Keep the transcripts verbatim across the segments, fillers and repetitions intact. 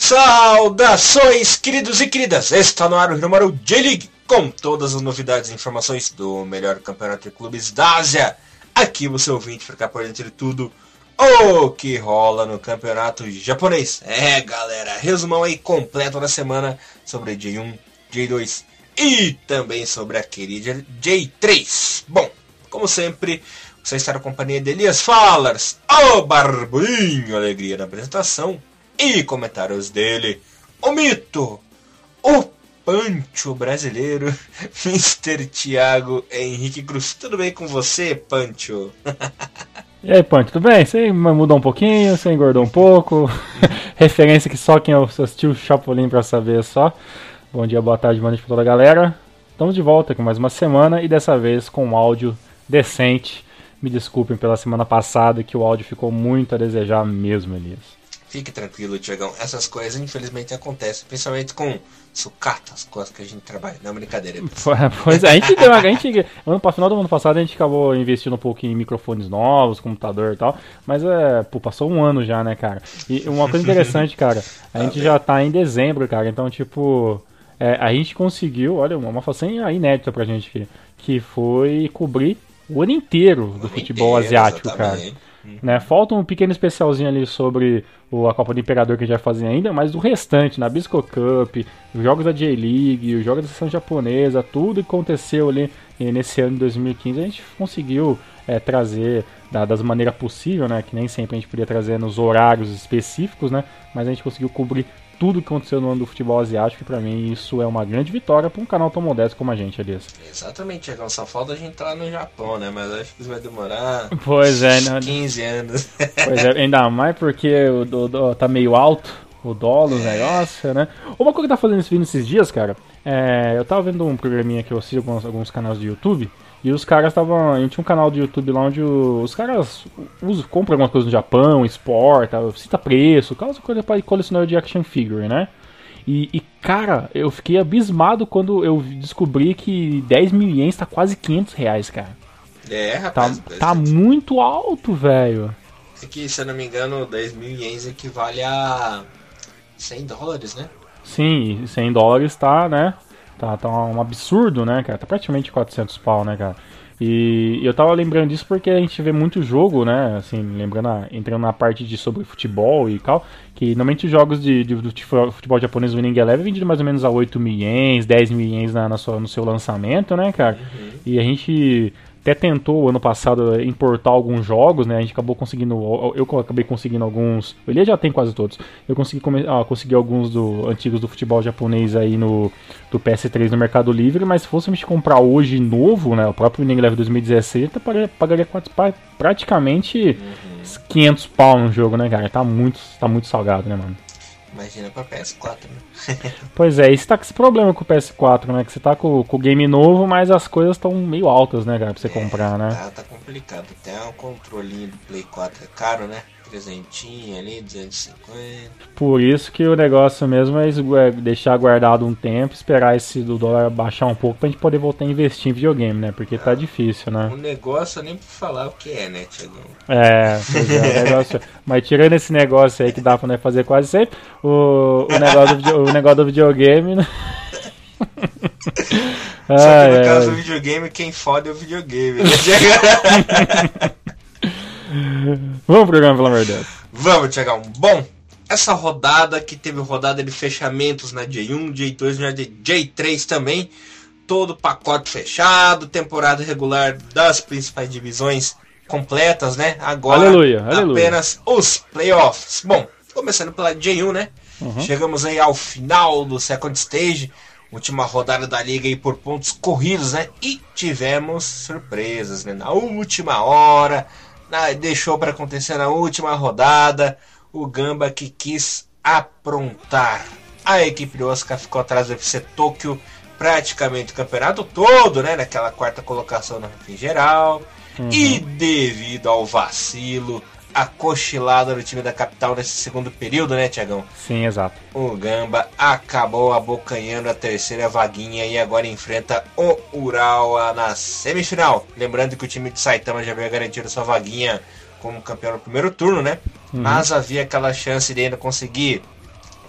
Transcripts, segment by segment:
Saudações, queridos e queridas! Está no ar o Hiromaru J-League, com todas as novidades e informações do melhor campeonato de clubes da Ásia. Aqui você ouvinte ficar por dentro de tudo o que rola no campeonato japonês. É, galera, resumão aí completo da semana sobre J um, J dois e também sobre a querida J três. Bom, como sempre, você está na companhia de Elias Fallers, o Barbuinho, alegria na apresentação. E comentários dele, o mito, o Pancho brasileiro, mister Thiago Henrique Cruz. Tudo bem com você, Pancho? E aí, Pancho, tudo bem? Você mudou um pouquinho, você engordou um pouco. Referência que só quem assistiu o Chapolin pra saber só. Bom dia, boa tarde, boa noite pra toda a galera. Estamos de volta com mais uma semana e dessa vez com um áudio decente. Me desculpem pela semana passada que o áudio ficou muito a desejar mesmo, Elias. Fique tranquilo, Tiagão. Essas coisas infelizmente acontecem, principalmente com sucatas, coisas que a gente trabalha. Não, brincadeira. Pois é, a gente deu, a gente, ano, no final do ano passado a gente acabou investindo um pouquinho em microfones novos, computador e tal, mas é, pô, passou um ano já, né, cara? E uma coisa interessante, cara, a gente já tá em dezembro, cara, então, tipo, é, a gente conseguiu, olha, uma façanha inédita pra gente aqui, que foi cobrir o ano inteiro do futebol asiático, exatamente. Cara. Uhum. Né? Falta um pequeno especialzinho ali sobre o, a Copa do Imperador que a gente vai fazer ainda, mas do restante, na Bisco Cup, os jogos da J-League, os jogos da seleção japonesa, tudo que aconteceu ali nesse ano de dois mil e quinze, a gente conseguiu é, trazer da, das maneiras possíveis, né? Que nem sempre a gente podia trazer nos horários específicos, né? Mas a gente conseguiu cobrir tudo que aconteceu no ano do futebol asiático, e pra mim isso é uma grande vitória pra um canal tão modesto como a gente, Elias. Exatamente, Tiagão, só falta a gente entrar no Japão, né? Mas acho que isso vai demorar pois é, não, quinze anos. Pois é, ainda mais porque o, o, o, tá meio alto o dólar, o negócio, né? Uma coisa que tá fazendo esse vídeo esses dias, cara, é, eu tava vendo um programinha que eu assisto alguns, alguns canais do YouTube. E os caras estavam. A gente tinha um canal do YouTube lá onde os caras usam, compram algumas coisas no Japão, exporta, cita preço, causa coisa para colecionador de action figure, né? E, e, cara, eu fiquei abismado quando eu descobri que dez mil ienes tá quase quinhentos reais, cara. É, rapaz. Tá, tá muito alto, velho. É que, se eu não me engano, dez mil ienes equivale a cem dólares, né? Sim, cem dólares tá, né? Tá, tá um absurdo, né, cara? Tá praticamente quatrocentos pau, né, cara? E eu tava lembrando disso porque a gente vê muito jogo, né? Assim, lembrando, a, entrando na parte de sobre futebol e tal, que normalmente os jogos de, de, de futebol japonês, o Winning Eleven é vendido mais ou menos a oito mil ienes, dez mil ienes na, na sua, no seu lançamento, né, cara? Uhum. E a gente até tentou ano passado importar alguns jogos, né? A gente acabou conseguindo, eu acabei conseguindo alguns, o Elias já tem quase todos. Eu consegui ah, conseguir alguns do, antigos do futebol japonês aí no do P S três no Mercado Livre, mas se fosse a gente comprar hoje novo, né? O próprio Winning Eleven dois mil e dezesseis, eu pagaria praticamente uhum. quinhentos pau no jogo, né, cara? Tá muito, tá muito salgado, né, mano? Imagina pra P S quatro, né? Pois é, e você tá com esse problema com o P S quatro, né? Que você tá com, com o game novo, mas as coisas estão meio altas, né, cara? Pra você é, comprar, né? Tá, tá complicado. Até um controlinho do Play quatro é caro, né? Trezentinho ali, duzentos e cinquenta. Por isso que o negócio mesmo é deixar guardado um tempo, esperar esse do dólar baixar um pouco pra gente poder voltar a investir em videogame, né? Porque tá difícil, né? O negócio nem pra falar o que é, né, Thiago? É, pois é, o negócio. Mas tirando esse negócio aí que dá pra né, fazer quase sempre, o, o, negócio, do, o negócio do videogame, né? Só que no ai, caso ai. do videogame, quem fode é o videogame, né? Vamos pro programa, pelo amor de Deus. Vamos, Thiagão. Bom, essa rodada que teve rodada de fechamentos na J um, J dois, na J três também. Todo pacote fechado, temporada regular das principais divisões completas, né? Agora aleluia, apenas aleluia. os playoffs. Bom, começando pela J um, né? Uhum. Chegamos aí ao final do Second Stage. Última rodada da liga aí por pontos corridos, né? E tivemos surpresas, né? Na última hora... deixou para acontecer na última rodada o Gamba que quis aprontar. A equipe de Osaka ficou atrás do F C Tóquio praticamente o campeonato todo, né? Naquela quarta colocação no ranking geral. Uhum. E devido ao vacilo, a cochilada do time da capital nesse segundo período, né, Thiagão? Sim, exato. O Gamba acabou abocanhando a terceira vaguinha e agora enfrenta o Urawa na semifinal. Lembrando que o time de Saitama já havia garantido sua vaguinha como campeão no primeiro turno, né? Uhum. Mas havia aquela chance de ainda conseguir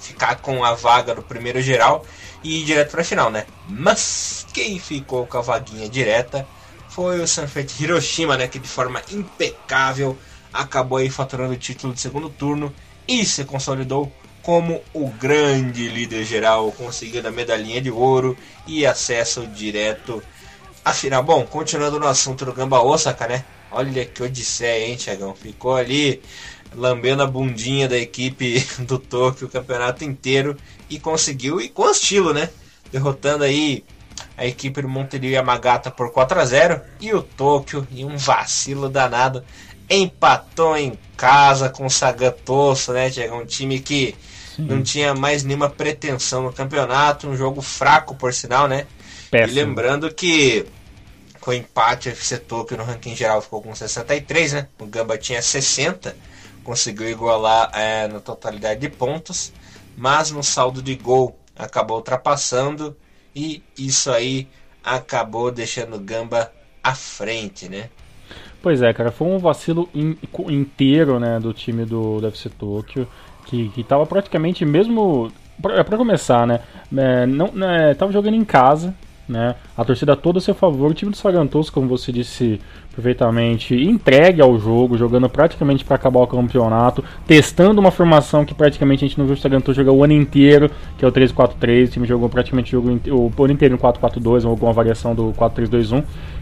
ficar com a vaga do primeiro geral e ir direto para a final, né? Mas quem ficou com a vaguinha direta foi o Sanfrecce Hiroshima, né? Que de forma impecável acabou aí faturando o título de segundo turno e se consolidou como o grande líder geral, conseguindo a medalhinha de ouro e acesso direto à final. Bom, continuando no assunto do Gamba Osaka, né? Olha que odisseia, hein, Thiagão? Ficou ali lambendo a bundinha da equipe do Tóquio o campeonato inteiro e conseguiu, e com estilo, né? Derrotando aí a equipe do Monterio Yamagata por quatro a zero e o Tóquio, em um vacilo danado, empatou em casa com o Sagan Tosso, né, Thiago? Um time que Sim. não tinha mais nenhuma pretensão no campeonato, um jogo fraco, por sinal, né? Péssimo. E lembrando que com o empate, o F C Tóquio no ranking geral ficou com sessenta e três, né? O Gamba tinha sessenta, conseguiu igualar é, na totalidade de pontos, mas no saldo de gol acabou ultrapassando e isso aí acabou deixando o Gamba à frente, né? Pois é, cara, foi um vacilo in, inteiro, né, do time do, do F C Tóquio, que, que tava praticamente mesmo, pra, pra começar, né, é, não, né, tava jogando em casa, né, a torcida toda a seu favor, o time do Sagan Tosso, como você disse perfeitamente, entregue ao jogo, jogando praticamente para acabar o campeonato, testando uma formação que praticamente a gente não viu o Sagan Tosso jogar o ano inteiro, que é o três quatro três, o time jogou praticamente o, jogo, o ano inteiro no quatro quatro dois, ou alguma variação do quatro três dois um,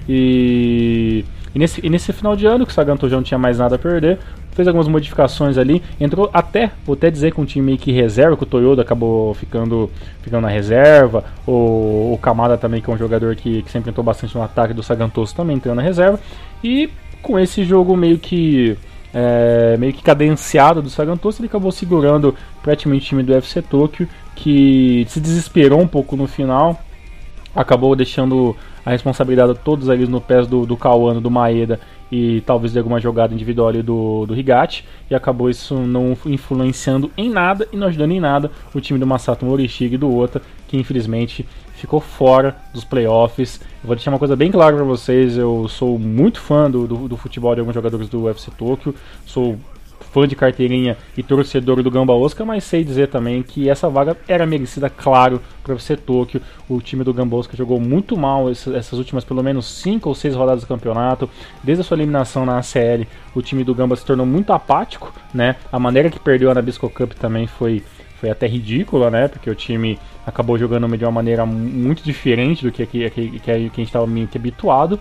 e... E nesse, e nesse final de ano, que o Sagan Tosso já não tinha mais nada a perder, fez algumas modificações ali, entrou até, vou até dizer, com um time meio que reserva, que o Toyoda acabou ficando, ficando na reserva, o, o Kamada também, que é um jogador que, que sempre entrou bastante no ataque do Sagan Tosso, também entrando na reserva, e com esse jogo meio que, é, meio que cadenciado do Sagan Tosso, ele acabou segurando praticamente o time do F C Tóquio, que se desesperou um pouco no final, acabou deixando a responsabilidade todos ali no pés do, do Kawano, do Maeda e talvez de alguma jogada individual ali do, do Higachi, e acabou isso não influenciando em nada e não ajudando em nada o time do Masato Morishige e do Ota, que infelizmente ficou fora dos playoffs. Eu vou deixar uma coisa bem clara para vocês, eu sou muito fã do, do, do futebol de alguns jogadores do U F C Tóquio, sou fã de carteirinha e torcedor do Gamba Osaka, mas sei dizer também que essa vaga era merecida, claro, para o F C Tóquio. O time do Gamba Osaka jogou muito mal essas últimas pelo menos cinco ou seis rodadas do campeonato. Desde a sua eliminação na A C L, o time do Gamba se tornou muito apático, né? A maneira que perdeu a Nabisco Cup também foi, foi até ridícula, né? Porque o time acabou jogando de uma maneira muito diferente do que, que, que, que a gente estava meio que habituado,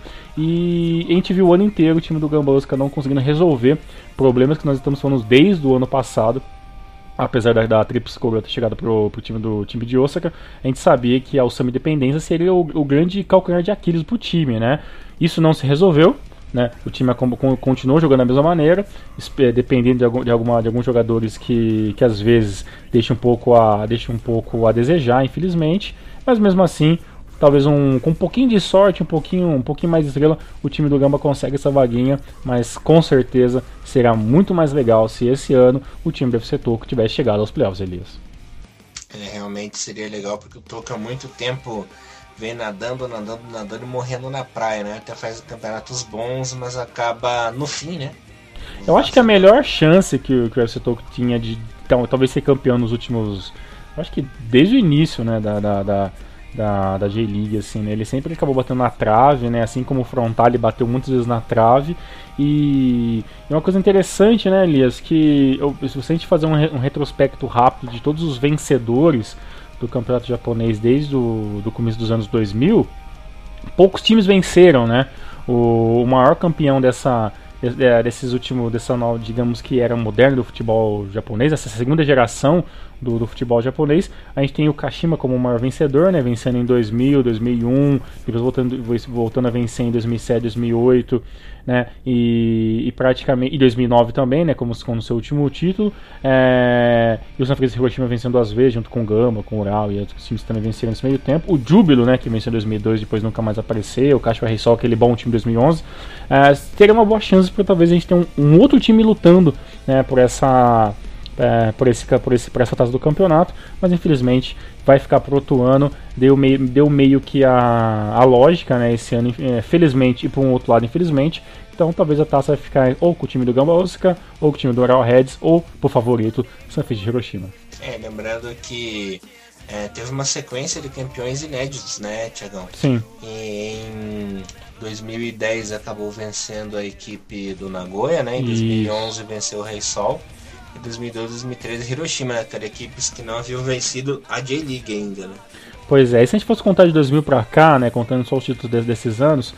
e a gente viu o ano inteiro o time do Gamba Osaka não conseguindo resolver problemas que nós estamos falando desde o ano passado. Apesar da, da Tríplice Coroa ter chegado pro, pro time do time de Osaka, a gente sabia que a Osami Dependência seria o, o grande calcanhar de Aquiles pro time, né? Isso não se resolveu, né? O time continuou jogando da mesma maneira, dependendo de, algum, de, alguma, de alguns jogadores que, que às vezes deixam um, pouco a, deixam um pouco a desejar, infelizmente, mas mesmo assim, talvez um, com um pouquinho de sorte, um pouquinho, um pouquinho mais de estrela, o time do Gamba consegue essa vaguinha, mas com certeza será muito mais legal se esse ano o time do F C Tóquio tivesse chegado aos playoffs, Elias. É, realmente seria legal, porque o Tóquio há muito tempo vem nadando, nadando, nadando e morrendo na praia, né? Até faz campeonatos bons, mas acaba no fim, né? Eu acho que a melhor chance que o, que o F C Tóquio tinha de então, talvez ser campeão nos últimos... Eu acho que desde o início, né, da, da, da, da, da J-League, assim, né? Ele sempre acabou batendo na trave, né? Assim como o Frontale bateu muitas vezes na trave. E uma coisa interessante, né, Elias, que eu, se você a gente fazer um, re, um retrospecto rápido de todos os vencedores do campeonato japonês desde o do começo dos anos dois mil, poucos times venceram, né? O, o maior campeão dessa, desses últimos, dessa nova, digamos que era moderno do futebol japonês, essa segunda geração do, do futebol japonês, a gente tem o Kashima como o maior vencedor, né? Vencendo em dois mil, dois mil e um, depois voltando, voltando a vencer em dois mil e sete, dois mil e oito, né? E, e praticamente, e dois mil e nove também, né? Como, como seu último título. É, e o Sanfrecce Hiroshima vencendo duas vezes, junto com o Gamba, com o Ural e outros times também venceram nesse meio tempo. O Júbilo, né? Que venceu em dois mil e dois, depois nunca mais apareceu. O Kashiwa Reysol, aquele bom time de dois mil e onze. É, teria uma boa chance para talvez a gente ter um, um outro time lutando, né? Por essa... É, por, esse, por, esse, por essa taça do campeonato, mas infelizmente vai ficar para outro ano. Deu meio, deu meio que a, a lógica, né, esse ano, é, felizmente, e para um outro lado, infelizmente. Então talvez a taça vai ficar ou com o time do Gamba Osaka, ou com o time do Ural Reds, ou, por favorito, Sanfrecce Hiroshima. É, lembrando que é, teve uma sequência de campeões inéditos, né, Thiagão? Sim. E em dois mil e dez acabou vencendo a equipe do Nagoya, né? Em dois mil e onze Isso. venceu o Rei Sol. Em dois mil e doze, dois mil e treze Hiroshima, né? Que eram equipes que não haviam vencido a J-League ainda, né? Pois é, e se a gente fosse contar de dois mil pra cá, né, contando só os títulos desses anos,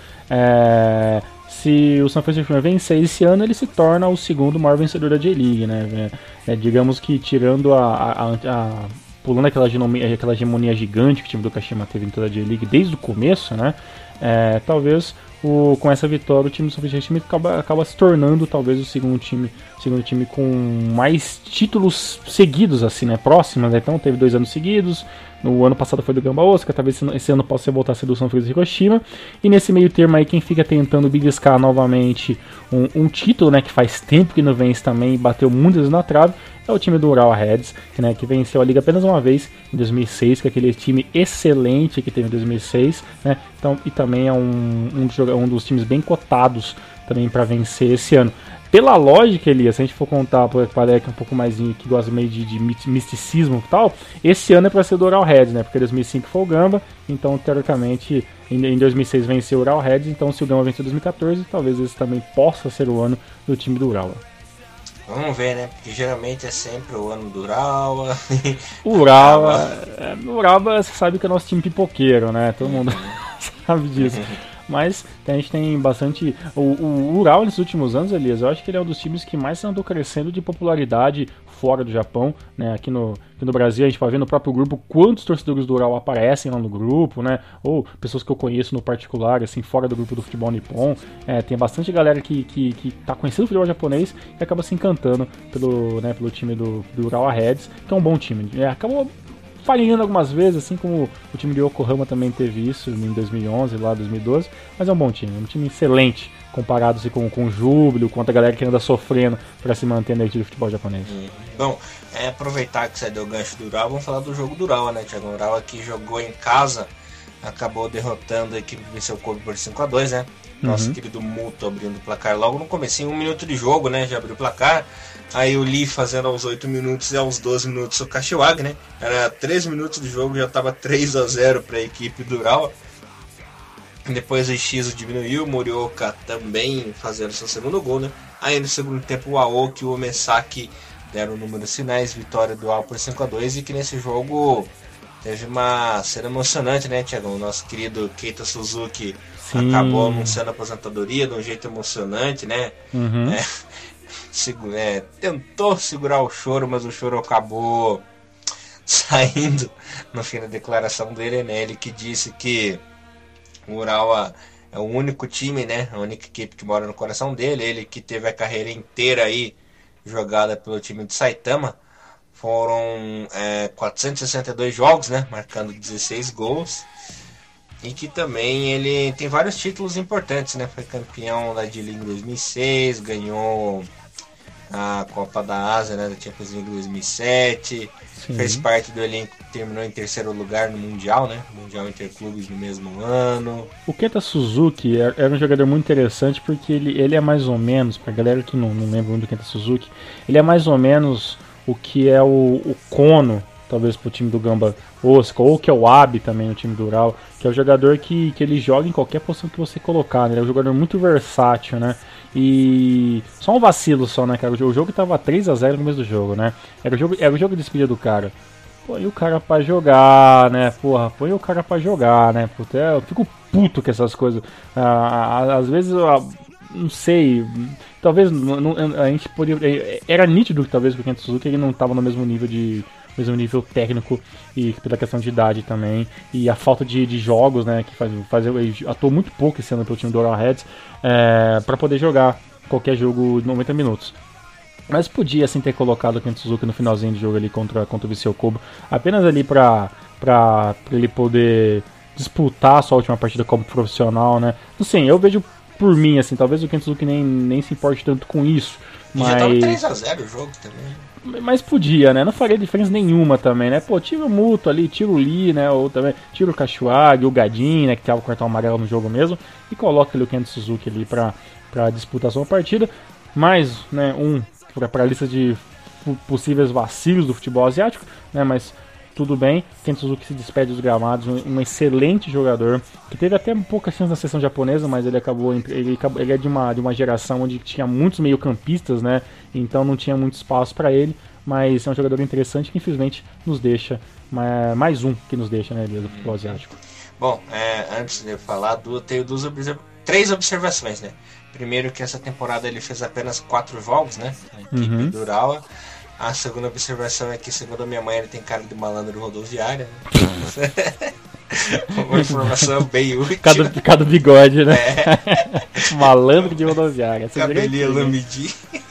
é, se o San Francisco vencer esse ano, ele se torna o segundo maior vencedor da J-League, né? É, é, digamos que tirando a, a, a pulando aquela, aquela hegemonia gigante que o time do Kashima teve em toda a J-League desde o começo, né? É, talvez o, com essa vitória o time do San Francisco acaba, acaba se tornando talvez o segundo time, segundo time com mais títulos seguidos, assim, né? Próximos, né? Então teve dois anos seguidos. No ano passado foi do Gamba Osaka, talvez esse ano possa voltar a ser do San Francisco Hiroshima. E nesse meio termo aí, quem fica tentando beliscar novamente um, um título, né, que faz tempo que não vence também e bateu muitas na trave, é o time do Urawa Reds, que, né, que venceu a liga apenas uma vez em dois mil e seis, que é aquele time excelente que teve em dois mil e seis, né? Então, e também é um, um, dos, um dos times bem cotados também para vencer esse ano. Pela lógica, Elias, se a gente for contar para o Parek um pouco mais que gosta meio de, de misticismo e tal, esse ano é para ser do Urawa Reds, né? Porque dois mil e cinco foi o Gamba, então teoricamente em, em dois mil e seis venceu o Urawa Reds, então se o Gamba venceu em dois mil e catorze, talvez esse também possa ser o ano do time do Urawa. Vamos ver, né? Porque geralmente é sempre o ano do Urawa. O Urawa, é, o Urawa, você sabe que é nosso time pipoqueiro, né? Todo mundo sabe disso. Mas a gente tem bastante... O, o Urawa nesses últimos anos, Elias, eu acho que ele é um dos times que mais andou crescendo de popularidade fora do Japão, né? Aqui no, aqui no Brasil a gente vai ver no próprio grupo quantos torcedores do Urawa aparecem lá no grupo, né? Ou pessoas que eu conheço no particular, assim, fora do grupo do futebol nippon. É, tem bastante galera que, que, que tá conhecendo o futebol japonês e acaba se encantando pelo, né, pelo time do, do Urawa Reds, que é um bom time. É, acabou falhando algumas vezes, assim como o time de Yokohama também teve isso em dois mil e onze, lá dois mil e doze, mas é um bom time, um time excelente comparado assim, com, com o Júbilo, com a galera que anda sofrendo para se manter na elite do futebol japonês. Hum. Bom, é, aproveitar que você deu o gancho do Urawa, vamos falar do jogo do Urawa, né, Thiago? O Urawa que jogou em casa, acabou derrotando a equipe que venceu o Kobe por cinco a dois, né? Nosso uhum. querido Muto abrindo o placar logo no comecinho, um minuto de jogo, né? Já abriu o placar. Aí o Lee fazendo aos oito minutos e aos doze minutos o Kashiwagi, né? Era três minutos de jogo, já estava três a zero para a equipe do Urawa. Depois o Ishizu diminuiu, o Morioka também fazendo seu segundo gol, né? Aí no segundo tempo o Aoki e o Omesaki deram números finais, vitória do Urawa por cinco a dois, e que nesse jogo teve uma cena emocionante, né, Thiago? O nosso querido Keita Suzuki Sim. acabou anunciando a aposentadoria de um jeito emocionante, né? Uhum. É, segura, é, tentou segurar o choro, mas o choro acabou saindo no fim da declaração dele, né? Ele que disse que o Urawa é o único time, né? A única equipe que mora no coração dele. Ele que teve a carreira inteira aí jogada pelo time de Saitama. Foram é, quatrocentos e sessenta e dois jogos, né? Marcando dezesseis gols. E que também ele tem vários títulos importantes, né? Foi campeão da J-League em dois mil e seis, ganhou a Copa da Ásia, né? Da Champions League em dois mil e sete. Sim. Fez parte do elenco que terminou em terceiro lugar no Mundial, né? Mundial Interclubes no mesmo ano. O Kenta Suzuki era um jogador muito interessante porque ele, ele é mais ou menos, pra galera que não, não lembra muito do Kenta Suzuki, ele é mais ou menos o que é o, o Kono, talvez pro time do Gamba Osaka, ou que é o Abe também no time do Urawa, que é o jogador que, que ele joga em qualquer posição que você colocar, né? Ele é um jogador muito versátil, né? E só um vacilo só, né, cara? O jogo tava três a zero no começo do jogo, né? Era o jogo, era o jogo de despedida do cara. Põe o cara pra jogar, né? Porra, põe o cara pra jogar, né? Puta, eu fico puto com essas coisas. Ah, às vezes eu não sei, talvez não, a gente poderia. Era nítido que talvez o Kenta Suzuki ele não tava no mesmo nível de. mesmo nível técnico e pela questão de idade também, e a falta de, de jogos, né, que faz, faz, ele atuou muito pouco esse ano pelo time do Urawa Reds, é, para poder jogar qualquer jogo de noventa minutos. Mas podia assim ter colocado o Kenta Suzuki no finalzinho do jogo ali contra, contra o Viseu Kobe, apenas ali para pra, pra ele poder disputar a sua última partida como profissional, né. Assim, eu vejo por mim, assim, talvez o Kenta Suzuki nem, nem se importe tanto com isso, mas... Já tava três a zero o jogo também. Mas podia, né? Não faria diferença nenhuma também, né? Pô, tira o Muto ali, tira o Lee, né? Ou também tira o Kashiwagi, o Gadin, né? Que tava com o cartão amarelo no jogo mesmo. E coloca ali o Kenta Suzuki ali pra, pra disputar a sua partida. Mais, né? Um pra, pra lista de possíveis vacilos do futebol asiático, né? Mas tudo bem. Kento Suzuki se despede dos gramados, um, um excelente jogador, que teve até pouca chance na seleção japonesa, mas ele acabou, ele, ele é de uma, de uma geração onde tinha muitos meio-campistas, né? Então não tinha muito espaço para ele, mas é um jogador interessante que infelizmente nos deixa, mais um que nos deixa, né, do futebol asiático. Bom, é, antes de eu falar, eu tenho duas observ... três observações, né? Primeiro que essa temporada ele fez apenas quatro jogos, né? A equipe uhum. do Urawa. A segunda observação é que, segundo a minha mãe, ele tem cara de malandro rodoviário, né? Uma informação bem útil. Cada, cada bigode, né? É. Malandro de rodoviária. Cabelinho Lamidi.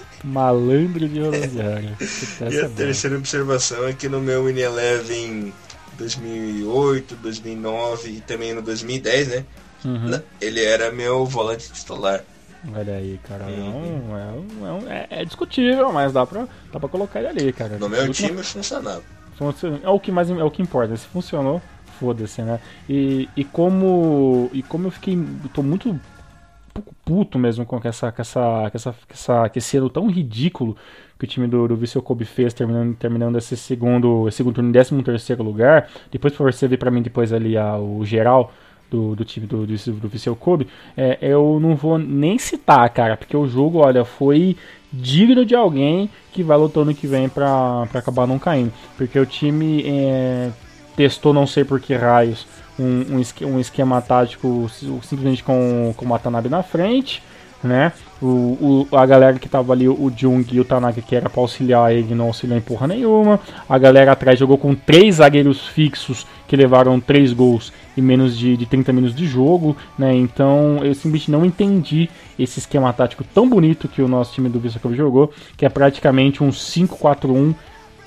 Malandro de rodoviária. E a terceira observação é que no meu Mini Eleven dois mil e oito, dois mil e nove e também no dois mil e dez, né? Uhum. Ele era meu volante titular. Olha aí, cara, uhum. é, um, é, um, é, é discutível, mas dá pra, dá pra colocar ele ali, cara. No meu time funcionava. É o que mais é o que importa, se funcionou, foda-se, né? E, e como e como eu fiquei, eu tô muito um pouco puto mesmo com essa, com essa, com essa, com essa, com esse ano tão ridículo que o time do, do Vissel Kobe fez, terminando, terminando esse segundo, esse segundo turno em décimo terceiro lugar. Depois pra você ver pra mim depois ali a, o geral Do, do time do, do, do Vissel Kobe, é, eu não vou nem citar, cara, porque o jogo, olha, foi digno de alguém que vai lutar ano que vem pra, pra acabar não caindo, porque o time é, testou não sei por que raios um, um, esquema, um esquema tático simplesmente com, com o Watanabe na frente, né? O, o, a galera que tava ali, o Jung e o Tanaka, que era pra auxiliar ele, não auxiliou em porra nenhuma. A galera atrás jogou com três zagueiros fixos que levaram três gols em menos de, de trinta minutos de jogo, né? Então eu simplesmente não entendi esse esquema tático tão bonito que o nosso time do Vissel Kobe jogou, que é praticamente um cinco quatro um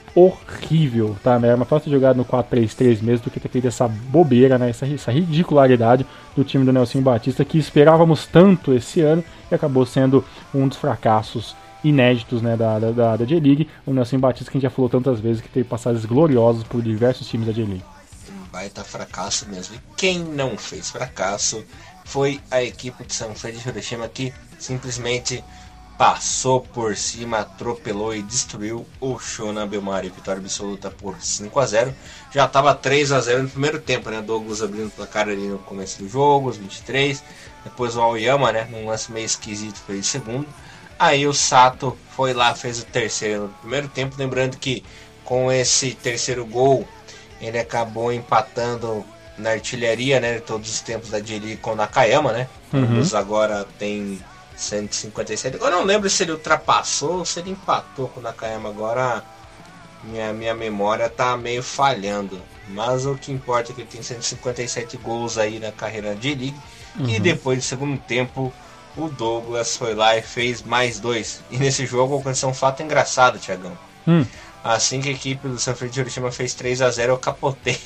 horrível, tá? É mais fácil jogar no quatro três três mesmo do que ter feito essa bobeira, né? Essa, essa ridicularidade do time do Nelson Batista, que esperávamos tanto esse ano e acabou sendo um dos fracassos inéditos, né, da, da, da J-League. O Nelson Batista, que a gente já falou tantas vezes, que teve passagens gloriosas por diversos times da J-League. Baita fracasso mesmo. E quem não fez fracasso foi a equipe de Sanfrecce de Hiroshima, que simplesmente passou por cima, atropelou e destruiu o Shonan Bellmare. Vitória absoluta por cinco a zero. Já estava três a zero no primeiro tempo, né? Douglas abrindo o placar ali no começo do jogo, os vinte e três. Depois o Aoyama, né? Num lance meio esquisito, fez o segundo. Aí o Sato foi lá, fez o terceiro no primeiro tempo. Lembrando que com esse terceiro gol, ele acabou empatando na artilharia, né? Todos os tempos da J-League com o Nakayama, né? Uhum. Agora tem cento e cinquenta e sete. Eu não lembro se ele ultrapassou ou se ele empatou com o Nakayama. Agora minha, minha memória tá meio falhando. Mas o que importa é que ele tem cento e cinquenta e sete gols aí na carreira de J-League. Uhum. E depois do segundo tempo, o Douglas foi lá e fez mais dois. E nesse jogo aconteceu um fato engraçado, Thiagão. Hum. Assim que a equipe do Sanfrecce de Hiroshima fez três a zero, eu capotei.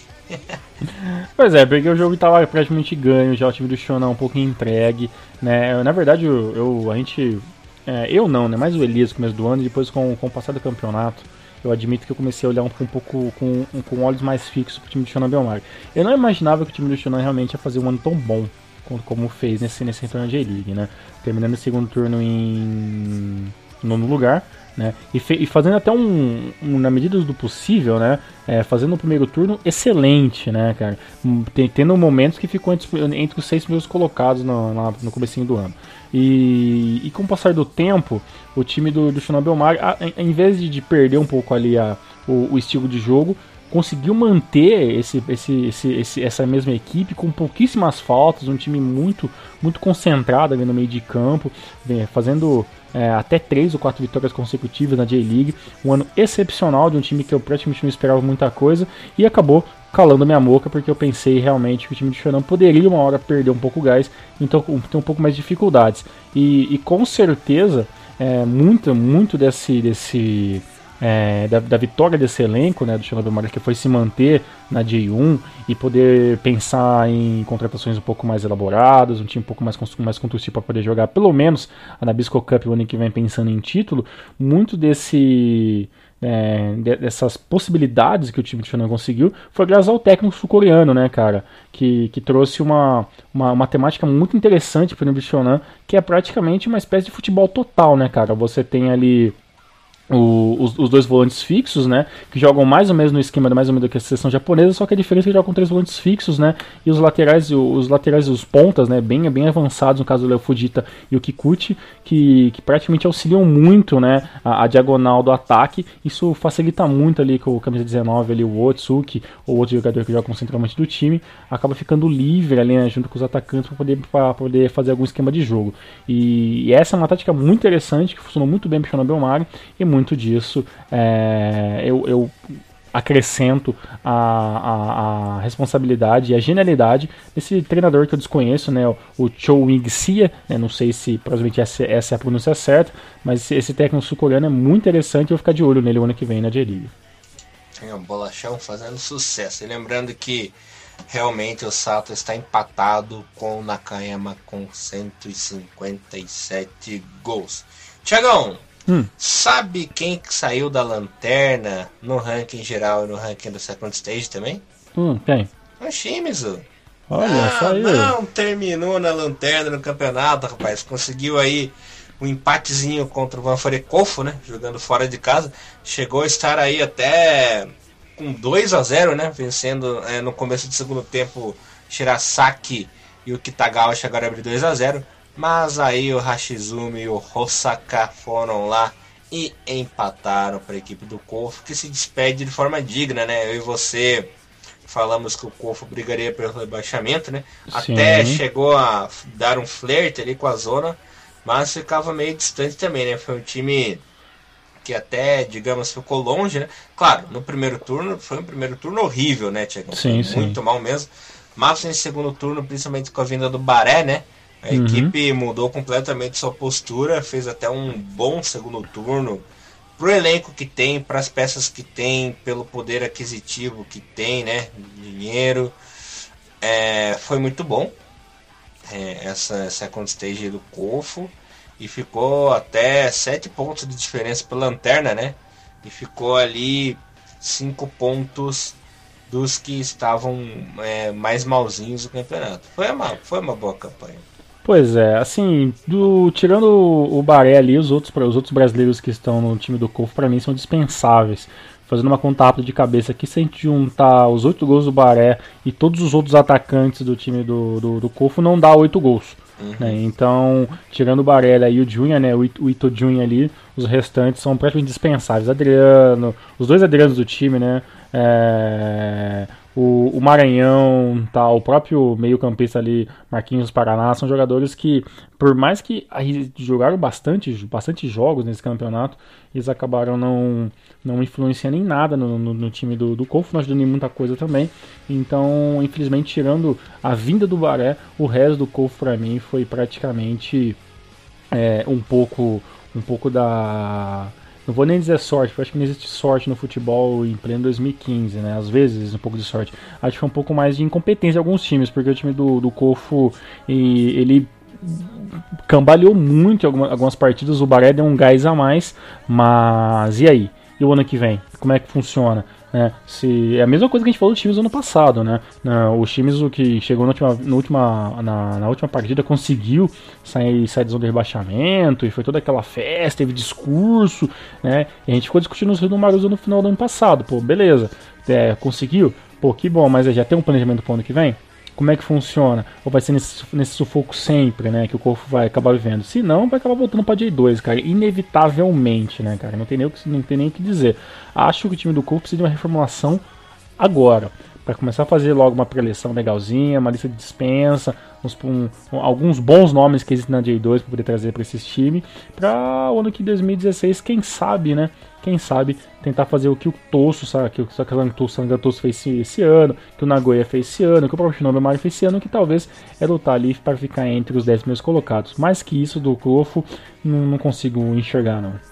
Pois é, porque o jogo estava praticamente ganho, já o time do Shonan um pouco entregue, né? Na verdade, eu, eu a gente, é, eu não, né? Mas o Elias no começo do ano, e depois com, com o passar do campeonato, eu admito que eu comecei a olhar um, um pouco com, um, com olhos mais fixos pro time do Shonan Bellmare. Eu não imaginava que o time do Shonan realmente ia fazer um ano tão bom como, como fez nesse, nesse retorno da J-League, né? Terminando o segundo turno em nono lugar, né? E, fe, e fazendo até um, um, na medida do possível, né? É, fazendo o primeiro turno excelente, né, cara? Tem, tendo momentos que ficou entre, entre os seis primeiros colocados no, no, no comecinho do ano. E, e com o passar do tempo, o time do, do Shonan Bellmare, em vez de, de perder um pouco ali a, o, o estilo de jogo, conseguiu manter esse, esse, esse, esse, essa mesma equipe com pouquíssimas faltas, um time muito, muito concentrado ali no meio de campo, fazendo é, até três ou quatro vitórias consecutivas na J-League, um ano excepcional de um time que eu praticamente não esperava muita coisa, e acabou calando minha boca, porque eu pensei realmente que o time de Shonan poderia uma hora perder um pouco o gás, então ter um pouco mais de dificuldades, e, e com certeza é, muito, muito desse... desse É, da, da vitória desse elenco, né, do Shonan Bellmare, que foi se manter na J um e poder pensar em contratações um pouco mais elaboradas, um time um pouco mais, mais construtivo para poder jogar pelo menos a Nabisco Cup o ano que vem pensando em título. Muito desse é, dessas possibilidades que o time do Shonan conseguiu foi graças ao técnico sul-coreano, né, cara, que, que trouxe uma, uma, uma temática muito interessante para o Shonan, que é praticamente uma espécie de futebol total, né, cara. Você tem ali O, os, os dois volantes fixos, né, que jogam mais ou menos no esquema mais ou menos da seleção japonesa, só que a diferença é que jogam com três volantes fixos, né, e os laterais, os laterais e os pontas, né, bem, bem avançados, no caso do Léo Fujita e o Kikuchi, que, que praticamente auxiliam muito, né, a, a diagonal do ataque. Isso facilita muito ali com o camisa dezenove, ali, o Otsuki, ou outro jogador que joga como centralmente do time, acaba ficando livre ali, né, junto com os atacantes para poder, pra poder fazer algum esquema de jogo. E, e essa é uma tática muito interessante, que funcionou muito bem para o Shonobu Omari, e muito Muito disso é, eu, eu acrescento a, a, a responsabilidade e a genialidade desse treinador que eu desconheço, né, o, o Cho Wing-sia, né, não sei se provavelmente essa, essa é a pronúncia certa, mas esse, esse técnico sul-coreano é muito interessante e eu vou ficar de olho nele o ano que vem na J-League. É, o Bolachão fazendo sucesso. E lembrando que realmente o Sato está empatado com o Nakayama com cento e cinquenta e sete gols. Tiagão, Hum. sabe quem que saiu da lanterna no ranking geral e no ranking do Second Stage também? Hum, quem? O Shimizu. Olha, ah, saiu. Não terminou na lanterna no campeonato, rapaz. Conseguiu aí um empatezinho contra o Vanforekofo, né? Jogando fora de casa. Chegou a estar aí até com dois a zero, né? Vencendo é, no começo do segundo tempo Shirasaki e o Kitagawa chegaram a abrir dois a zero. Mas aí o Hashizumi e o Hosaka foram lá e empataram para a equipe do Kofu, que se despede de forma digna, né? Eu e você falamos que o Kofu brigaria pelo rebaixamento, né? Sim. Até chegou a dar um flerte ali com a zona, mas ficava meio distante também, né? Foi um time que até, digamos, ficou longe, né? Claro, no primeiro turno, foi um primeiro turno horrível, né, Tiago? Sim, sim. Muito mal mesmo. Mas em segundo turno, principalmente com a vinda do Baré, né? A uhum. equipe mudou completamente sua postura, fez até um bom segundo turno pro elenco que tem, para as peças que tem, pelo poder aquisitivo que tem, né, dinheiro. É, foi muito bom é, essa second stage do Kofu, e ficou até sete pontos de diferença pela lanterna, né, e ficou ali cinco pontos dos que estavam é, mais malzinhos do campeonato. Foi uma, foi uma boa campanha. Pois é, assim, do, tirando o Baré ali, os outros, os outros brasileiros que estão no time do Kofu, para mim, são dispensáveis. Fazendo uma conta rápida de cabeça aqui, se a gente juntar os oito gols do Baré e todos os outros atacantes do time do, do, do Kofu, não dá oito gols. Uhum. Né? Então, tirando o Barella e o Junior, né, o Ito, o Ito Junior ali, os restantes são praticamente dispensáveis. Adriano, os dois Adrianos do time, né? É, o, o Maranhão, tá, o próprio meio-campista ali, Marquinhos Paraná, são jogadores que, por mais que jogaram bastante, bastante jogos nesse campeonato, eles acabaram não, não influenciando em nada no, no, no time do, do Kofu, não ajudando em muita coisa também. Então, infelizmente, tirando a vinda do Baré, o resto do Kofu para mim foi praticamente é, um pouco um pouco da... Não vou nem dizer sorte, porque eu acho que não existe sorte no futebol em pleno dois mil e quinze, né? Às vezes um pouco de sorte. Acho que foi um pouco mais de incompetência de alguns times, porque o time do, do Kofu, ele cambaleou muito em algumas, algumas partidas, o Baré deu um gás a mais, mas e aí? E o ano que vem? Como é que funciona? É, se, é a mesma coisa que a gente falou dos times do ano passado, né? Os times o que chegou na última, na, última, na, na última partida conseguiu sair, sair da zona de rebaixamento, e foi toda aquela festa, teve discurso, né? E a gente ficou discutindo os Rio do Maruza no final do ano passado. Pô, beleza, é, conseguiu? Pô, que bom, mas já tem um planejamento pro ano que vem? Como é que funciona? Ou vai ser nesse, nesse sufoco sempre, né? Que o Kofu vai acabar vivendo? Se não, vai acabar voltando pra J dois, cara. Inevitavelmente, né, cara? Não tem nem o que, não tem nem o que dizer. Acho que o time do Kofu precisa de uma reformulação agora. Para começar a fazer logo uma preleção legalzinha, uma lista de dispensa, uns, um, alguns bons nomes que existem na J dois para poder trazer para esses times. Para o ano que dois mil e dezesseis, quem sabe, né? Quem sabe tentar fazer o que o Tosso, sabe? Que o Santos fez esse, esse ano, que o Nagoya fez esse ano, que o próprio Shinobu Omari fez esse ano, que talvez é lutar ali para ficar entre os dez primeiros colocados. Mais que isso do Kofu, não, não consigo enxergar, não.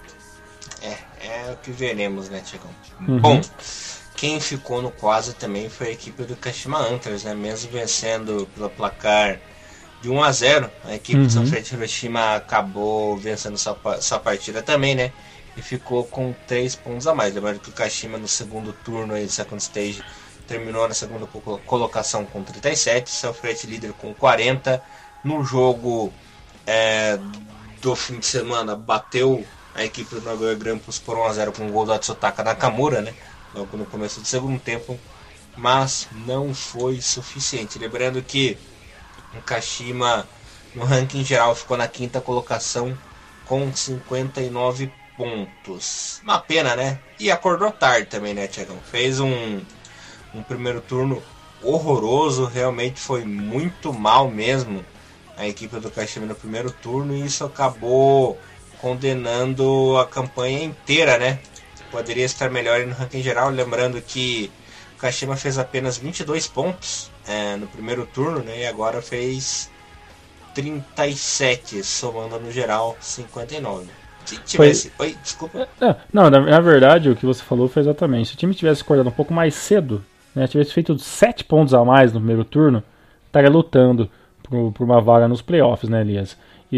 É, é o que veremos, né, Tiagão? Uhum. Bom, quem ficou no quase também foi a equipe do Kashima Antlers, né? Mesmo vencendo pelo placar de um a zero, a equipe uhum. do Sanfrecce Hiroshima acabou vencendo sua, sua partida também, né? E ficou com três pontos a mais. Lembrando que o Kashima no segundo turno aí, second stage, terminou na segunda colocação com trinta e sete, o Sanfrecce líder com quarenta. No jogo é, do fim de semana bateu a equipe do Nagoya Grampus por um a zero com o gol do Atsutaka Nakamura, né? Logo no começo do segundo tempo, mas não foi suficiente. Lembrando que o Kashima, no ranking geral, ficou na quinta colocação com cinquenta e nove pontos. Uma pena, né? E acordou tarde também, né, Thiagão? Fez um, um primeiro turno horroroso, realmente foi muito mal mesmo a equipe do Kashima no primeiro turno, e isso acabou condenando a campanha inteira, né? Poderia estar melhor no ranking geral, lembrando que o Kashima fez apenas vinte e dois pontos é, no primeiro turno, né? E agora fez trinta e sete, somando no geral cinquenta e nove. Se tivesse... Foi... Oi, desculpa. É, não, na, na verdade, o que você falou foi exatamente. Se o time tivesse acordado um pouco mais cedo, né, tivesse feito sete pontos a mais no primeiro turno, estaria lutando por, por uma vaga nos playoffs, né, Elias?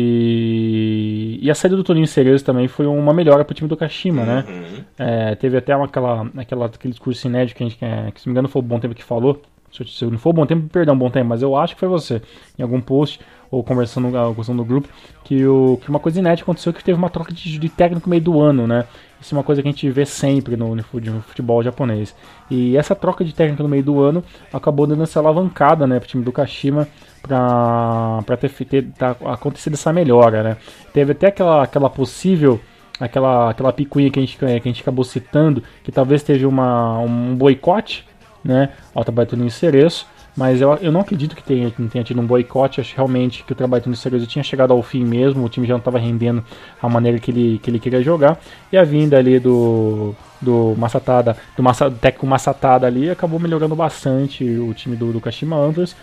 E, e a saída do Toninho Cerezo também foi uma melhora para o time do Kashima, né? Uhum. É, teve até uma, aquela, aquela, aquele discurso inédito que a gente, que, se não me engano, foi o Bom Tempo que falou. Se não for o Bom Tempo, perdão, Bom Tempo, mas eu acho que foi você, em algum post ou conversando no, no grupo, que, o, que uma coisa inédita aconteceu, que teve uma troca de, de técnico no meio do ano, né? Isso é uma coisa que a gente vê sempre no, no futebol japonês. E essa troca de técnico no meio do ano acabou dando essa alavancada, né, pro time do Kashima, pra, pra ter, ter tá, acontecido essa melhora, né? Teve até aquela, aquela possível, aquela, aquela picuinha que a, gente, que a gente acabou citando, que talvez teve uma, um boicote, né, ao trabalho do Toninho Cerezo, mas eu, eu não acredito que tenha, não tenha tido um boicote. Acho realmente que o trabalho do Toninho Cerezo tinha chegado ao fim mesmo, o time já não estava rendendo a maneira que ele, que ele queria jogar, e a vinda ali do, do Masatada, do, Massa, do técnico Masatada ali, acabou melhorando bastante o time do, do Kashima Antlers,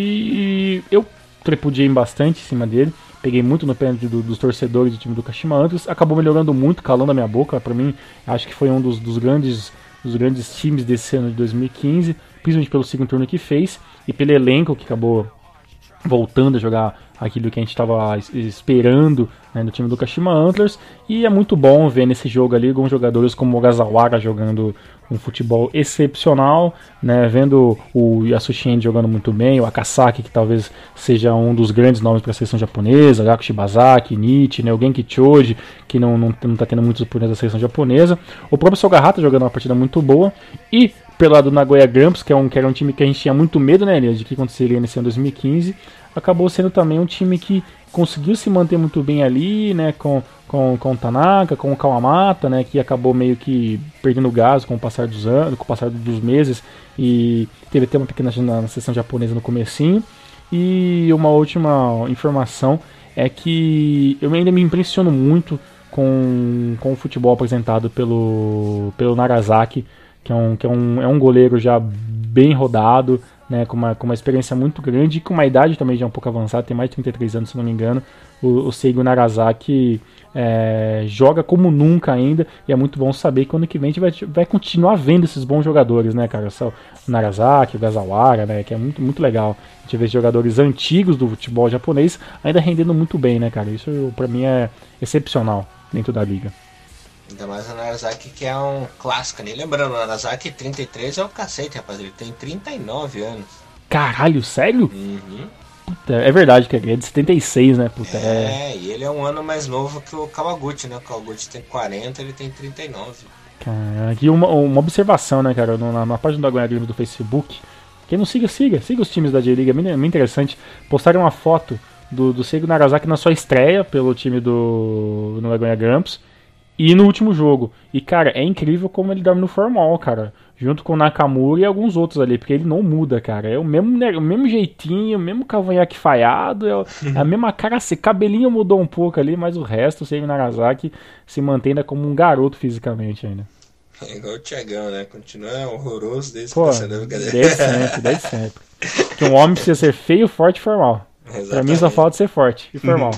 que eu trepudiei bastante em cima dele, peguei muito no pé do, dos torcedores do time do Kashima Antlers, acabou melhorando muito, calando a minha boca. Para mim, acho que foi um dos, dos grandes dos grandes times desse ano de dois mil e quinze, principalmente pelo segundo turno que fez e pelo elenco que acabou voltando a jogar aquilo que a gente estava esperando, né, do time do Kashima Antlers. E é muito bom ver nesse jogo ali alguns jogadores como o Ogasawara jogando um futebol excepcional, né, vendo o Yasushi jogando muito bem, o Akasaki, que talvez seja um dos grandes nomes para a seleção japonesa, Gaku Shibazaki, Nichi, né, o Genki Choji, que não, não, não tá tendo muitos oponentes da seleção japonesa, o próprio Sogahata jogando uma partida muito boa, e pelo lado do Nagoya Grampus, que, é um, que era um time que a gente tinha muito medo, né, de que aconteceria nesse ano dois mil e quinze, acabou sendo também um time que conseguiu se manter muito bem ali, né, com, com, com o Tanaka, com o Kawamata, né, que acabou meio que perdendo gás com o passar dos anos, com o passar dos meses, e teve até uma pequena na, na seleção japonesa no comecinho. E uma última informação é que eu ainda me impressiono muito com, com o futebol apresentado pelo, pelo Narazaki, que, é um, que é, um, é um goleiro já bem rodado, né, com, uma, com uma experiência muito grande e com uma idade também já um pouco avançada, tem mais de trinta e três anos, se não me engano. O, o Seigo Narazaki é, joga como nunca ainda, e é muito bom saber que ano que vem a gente vai, vai continuar vendo esses bons jogadores, né, cara? O Narazaki, o Gazawara, né, que é muito, muito legal. A gente vê jogadores antigos do futebol japonês ainda rendendo muito bem, né, cara? Isso pra mim é excepcional dentro da liga. Ainda mais o Narazaki, que é um clássico, né? Lembrando, o Narazaki trinta e três é o cacete, rapaz. Ele tem trinta e nove anos. Caralho, sério? Uhum. Puta, é verdade, que ele é de setenta e seis, né? Puta, é, é, e ele é um ano mais novo que o Kawaguchi, né? O Kawaguchi tem quarenta, ele tem trinta e nove. Cara, aqui uma, uma observação, né, cara? Na, na página da Nagoya Grampus do Facebook. Quem não siga, siga. Siga os times da J-League, é muito, muito interessante. Postaram uma foto do, do Seigo Narazaki na sua estreia pelo time do, do Nagoya Grampus. E no último jogo. E, cara, é incrível como ele dorme no formal, cara. Junto com o Nakamura e alguns outros ali. Porque ele não muda, cara. É o mesmo, o mesmo jeitinho, o mesmo cavanhaque falhado. É a mesma cara assim. Cabelinho mudou um pouco ali, mas o resto, o Seigo Narazaki se mantém ainda como um garoto fisicamente ainda. É igual o Thiagão, né? Continua horroroso desde Pô, que você deu cadê? Desde sempre, desde sempre. Que um homem precisa ser feio, forte e formal. Exatamente. Pra mim só falta ser forte e formal.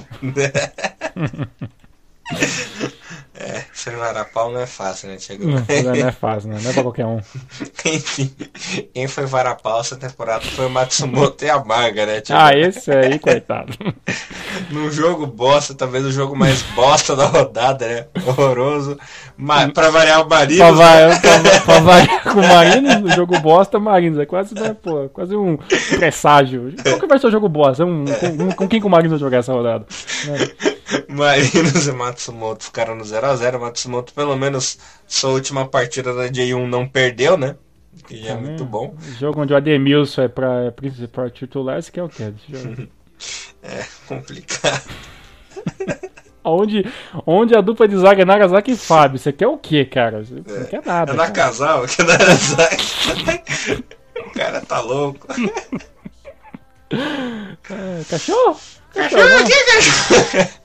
É, ser um varapau não é fácil, né, Thiago? Não, não é fácil, né? Não é pra qualquer um. Enfim, quem foi varapau essa temporada foi o Matsumoto Yamaga, né, Thiago? Ah, esse aí, coitado. Num jogo bosta, talvez o jogo mais bosta da rodada, né? Horroroso. Mas, pra variar o Marinos. Pra, vai, pra, pra variar com o Marinos, o jogo bosta, Marinos. É quase, né, pô, quase um presságio. Qual que vai ser o jogo bosta? Um, com, com quem que o Marinos vai jogar essa rodada? Né? Marinos e Matsumoto ficaram no zero a zero. Matsumoto, pelo menos, sua última partida da J um não perdeu, né? Que já é muito bom. Jogo onde o Ademilson é pra, é pra titular, esse que é o quê? É complicado. Onde, onde a dupla de zaga é Nagasaki e Fábio. Você quer o quê, cara? Você É, não quer nada. É na casal, que é Nagasaki. O cara tá louco. É, cachorro? Cachorro o quê, cachorro?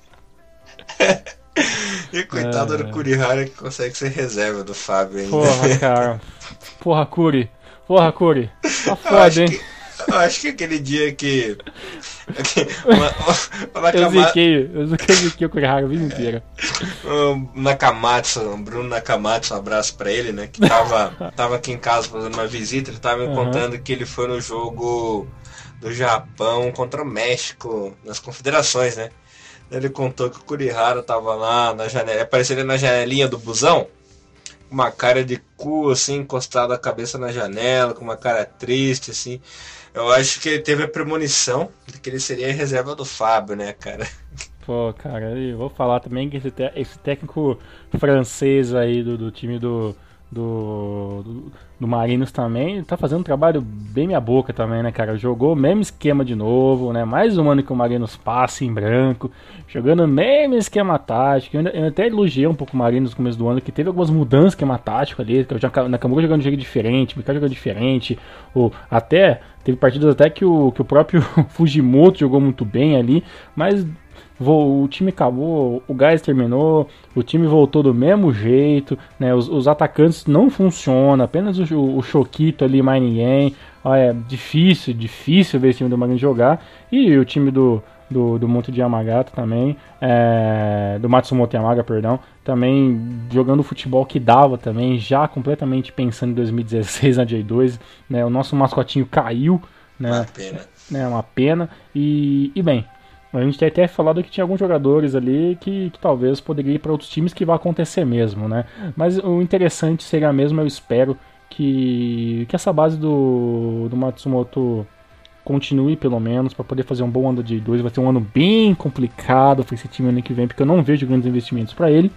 E coitado é... do Kurihara que consegue ser reserva do Fábio ainda. Porra, cara. Porra, Kuri. Porra, Kuri. Tá foda, hein? Que... Eu acho que aquele dia que. o, o Nakama... Eu ziquei, eu ziquei o Kurihara a vida inteira. O Nakamatsu, o Bruno Nakamatsu, um abraço pra ele, né? Que tava, tava aqui em casa fazendo uma visita, ele tava me uhum. contando que ele foi no jogo do Japão contra o México, nas confederações, né? Ele contou que o Kurihara tava lá na janela, apareceu ele na janelinha do busão, com uma cara de cu, assim, encostado a cabeça na janela, com uma cara triste, assim. Eu acho que ele teve a premonição de que ele seria a reserva do Fábio, né, cara? Pô, cara, eu vou falar também que esse, te- esse técnico francês aí do, do time do, do, do, do Marinos também tá fazendo um trabalho bem minha boca também, né, cara? Jogou o mesmo esquema de novo, né? Mais um ano que o Marinos passa em branco, jogando o mesmo esquema tático. Eu, ainda, eu até elogiei um pouco o Marinos no começo do ano, que teve algumas mudanças no esquema tático ali, que o Nakamura jogando de jeito diferente, o Mikael jogando diferente, ou até... Teve partidas até que o, que o próprio Fujimoto jogou muito bem ali, mas o time acabou, o gás terminou, o time voltou do mesmo jeito, né? Os, os atacantes não funcionam, apenas o, o Shokito ali, mais ninguém. É difícil, difícil ver esse time do Marinho jogar. E o time do, do, do Monte de Yamagata também, é, do Matsumoto Yamaga, perdão, também jogando o futebol que dava também, já completamente pensando em dois mil e dezesseis na J dois, né? O nosso mascotinho caiu, né? Uma pena. É uma pena. E, e bem, a gente tem até falado que tinha alguns jogadores ali que, que talvez poderiam ir para outros times, que vai acontecer mesmo, né? Mas o interessante seria mesmo, eu espero, que, que essa base do, do Matsumoto continue pelo menos, para poder fazer um bom ano de J dois. Vai ser um ano bem complicado para esse time ano que vem, porque eu não vejo grandes investimentos para ele.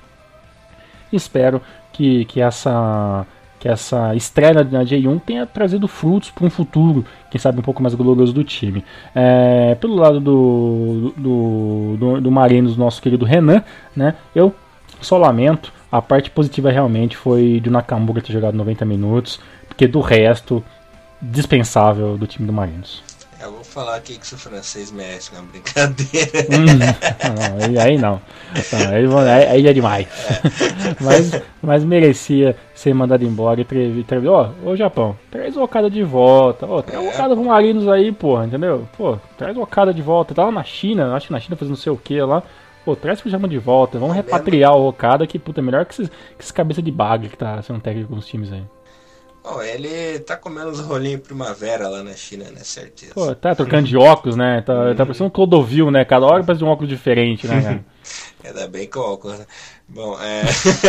Espero que, que, essa, que essa estreia na J um tenha trazido frutos para um futuro, quem sabe um pouco mais glorioso do time. É, pelo lado do, do, do, do Marinos, nosso querido Renan, né, eu só lamento. A parte positiva realmente foi de Nakamura ter jogado noventa minutos, porque do resto, dispensável do time do Marinos. Eu vou falar aqui que se o francês merece uma brincadeira. Hum, não, aí, aí não. não aí, aí já é demais. É. Mas, mas merecia ser mandado embora e trever. Ó, ô Japão, traz o Okada de volta. Ó, traz o Okada pro Marinos aí, porra, entendeu? Pô, traz o Okada de volta. Tava na China, acho que na China fazendo não sei o que lá. Pô, traz o Pijama de volta. Vamos é repatriar mesmo? O Okada, que puta, melhor que esses, que esses cabeça de bagre que tá sendo técnico nos times aí. Oh, ele tá comendo os rolinhos primavera lá na China, né? Certeza. Pô, tá trocando de óculos, né? Tá, hum. tá parecendo um Clodovil, né? Cada hora parece um óculos diferente, né, cara? Ainda bem que o óculos, né? Bom, é...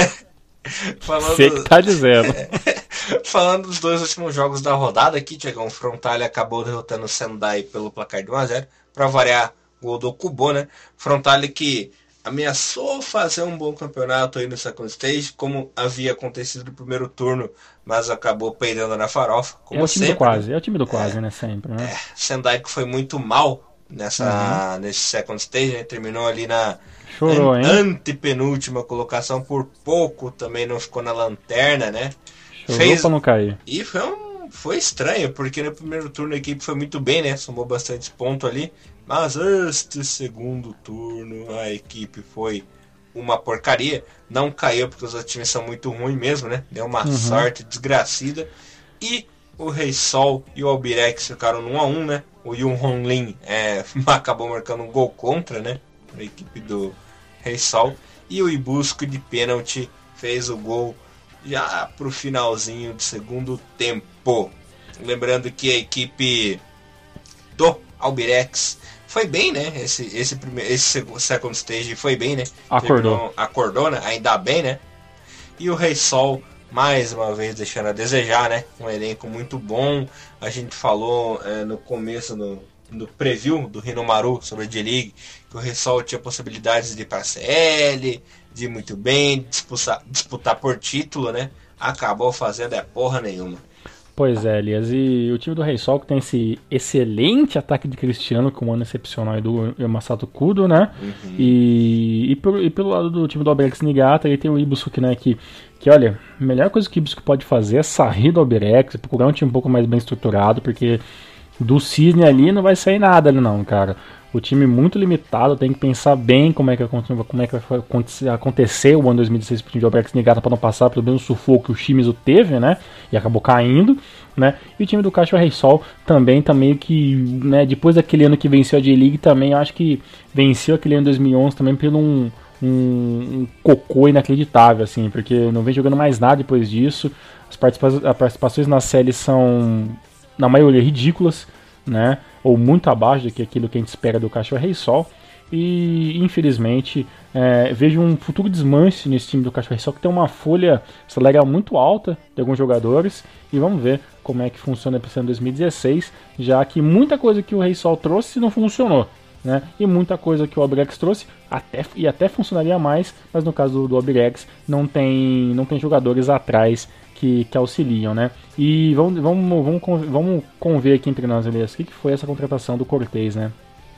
falando... Você que tá dizendo. Falando dos dois últimos jogos da rodada aqui, Tiagão, o Frontale acabou derrotando o Sendai pelo placar de um a zero. Pra variar, gol do Kubo, né? Frontale que ameaçou fazer um bom campeonato aí no second stage, como havia acontecido no primeiro turno, mas acabou perdendo na farofa, como é o time sempre. Do quase, né? É o time do quase, é, né? Sempre, né? É, Sendai que foi muito mal nessa, uhum. nesse second stage, né? Terminou ali na Chorou, an- hein? antepenúltima colocação, por pouco também não ficou na lanterna, né? Chorou Fez... pra não cair. E foi, um... foi estranho, porque no primeiro turno a equipe foi muito bem, né? Somou bastante pontos ali. Mas este segundo turno a equipe foi uma porcaria. Não caiu porque os outros times são muito ruins mesmo, né? Deu uma uhum. sorte desgracida. E o Rei Sol e o Albirex ficaram no um a um, né? O Yun Hong Lin é, acabou marcando um gol contra, né? A equipe do Rei Sol. E o Ibusco de pênalti fez o gol já pro finalzinho do segundo tempo. Lembrando que a equipe do Albirex foi bem, né? Esse, esse, primeiro, esse second stage foi bem, né? Acordou. Terminou, acordou, né? Ainda bem, né? E o Rei Sol, mais uma vez, deixando a desejar, né? Um elenco muito bom. A gente falou é, no começo do, no preview do Hinomaru sobre a J-League, que o Reysol tinha possibilidades de ir para a C L, de ir muito bem, disputar, disputar por título, né? Acabou fazendo é porra nenhuma. Pois é, Elias, e o time do Reysol que tem esse excelente ataque de Cristiano, com um ano excepcional aí do Masato Kudo, né? Uhum. E, e, pelo, e pelo lado do time do Albirex Niigata, ele tem o Ibusuki, né? Que, que olha, a melhor coisa que o Ibusuki pode fazer é sair do Albirex, procurar um time um pouco mais bem estruturado, porque do Cisne ali não vai sair nada ali não, cara. O time muito limitado, tem que pensar bem como é que, como é que vai acontecer o ano dois mil e dezesseis pro time de Albirex Niigata para não passar pelo mesmo sufoco que o Shimizu teve, né? E acabou caindo, né? E o time do Kashiwa Reysol também tá meio que, né? Depois daquele ano que venceu a J-League também, eu acho que venceu aquele ano dois mil e onze também pelo um, um, um cocô inacreditável, assim, porque não vem jogando mais nada depois disso. As participações, as participações na série são, na maioria, ridículas, né? Ou muito abaixo do que aquilo que a gente espera do Kashiwa Reysol. E infelizmente é, vejo um futuro desmanche nesse time do Kashiwa Reysol, que tem uma folha salarial muito alta de alguns jogadores, e vamos ver como é que funciona para esse ano dois mil e dezesseis, já que muita coisa que o Reysol trouxe não funcionou, né? E muita coisa que o Albirex trouxe até, e até funcionaria mais, mas no caso do, do Albirex não tem, não tem jogadores atrás Que, que auxiliam, né? E vamos, vamos, vamos, vamos conver aqui entre nós, Elias, o que, que foi essa contratação do Cortez, né?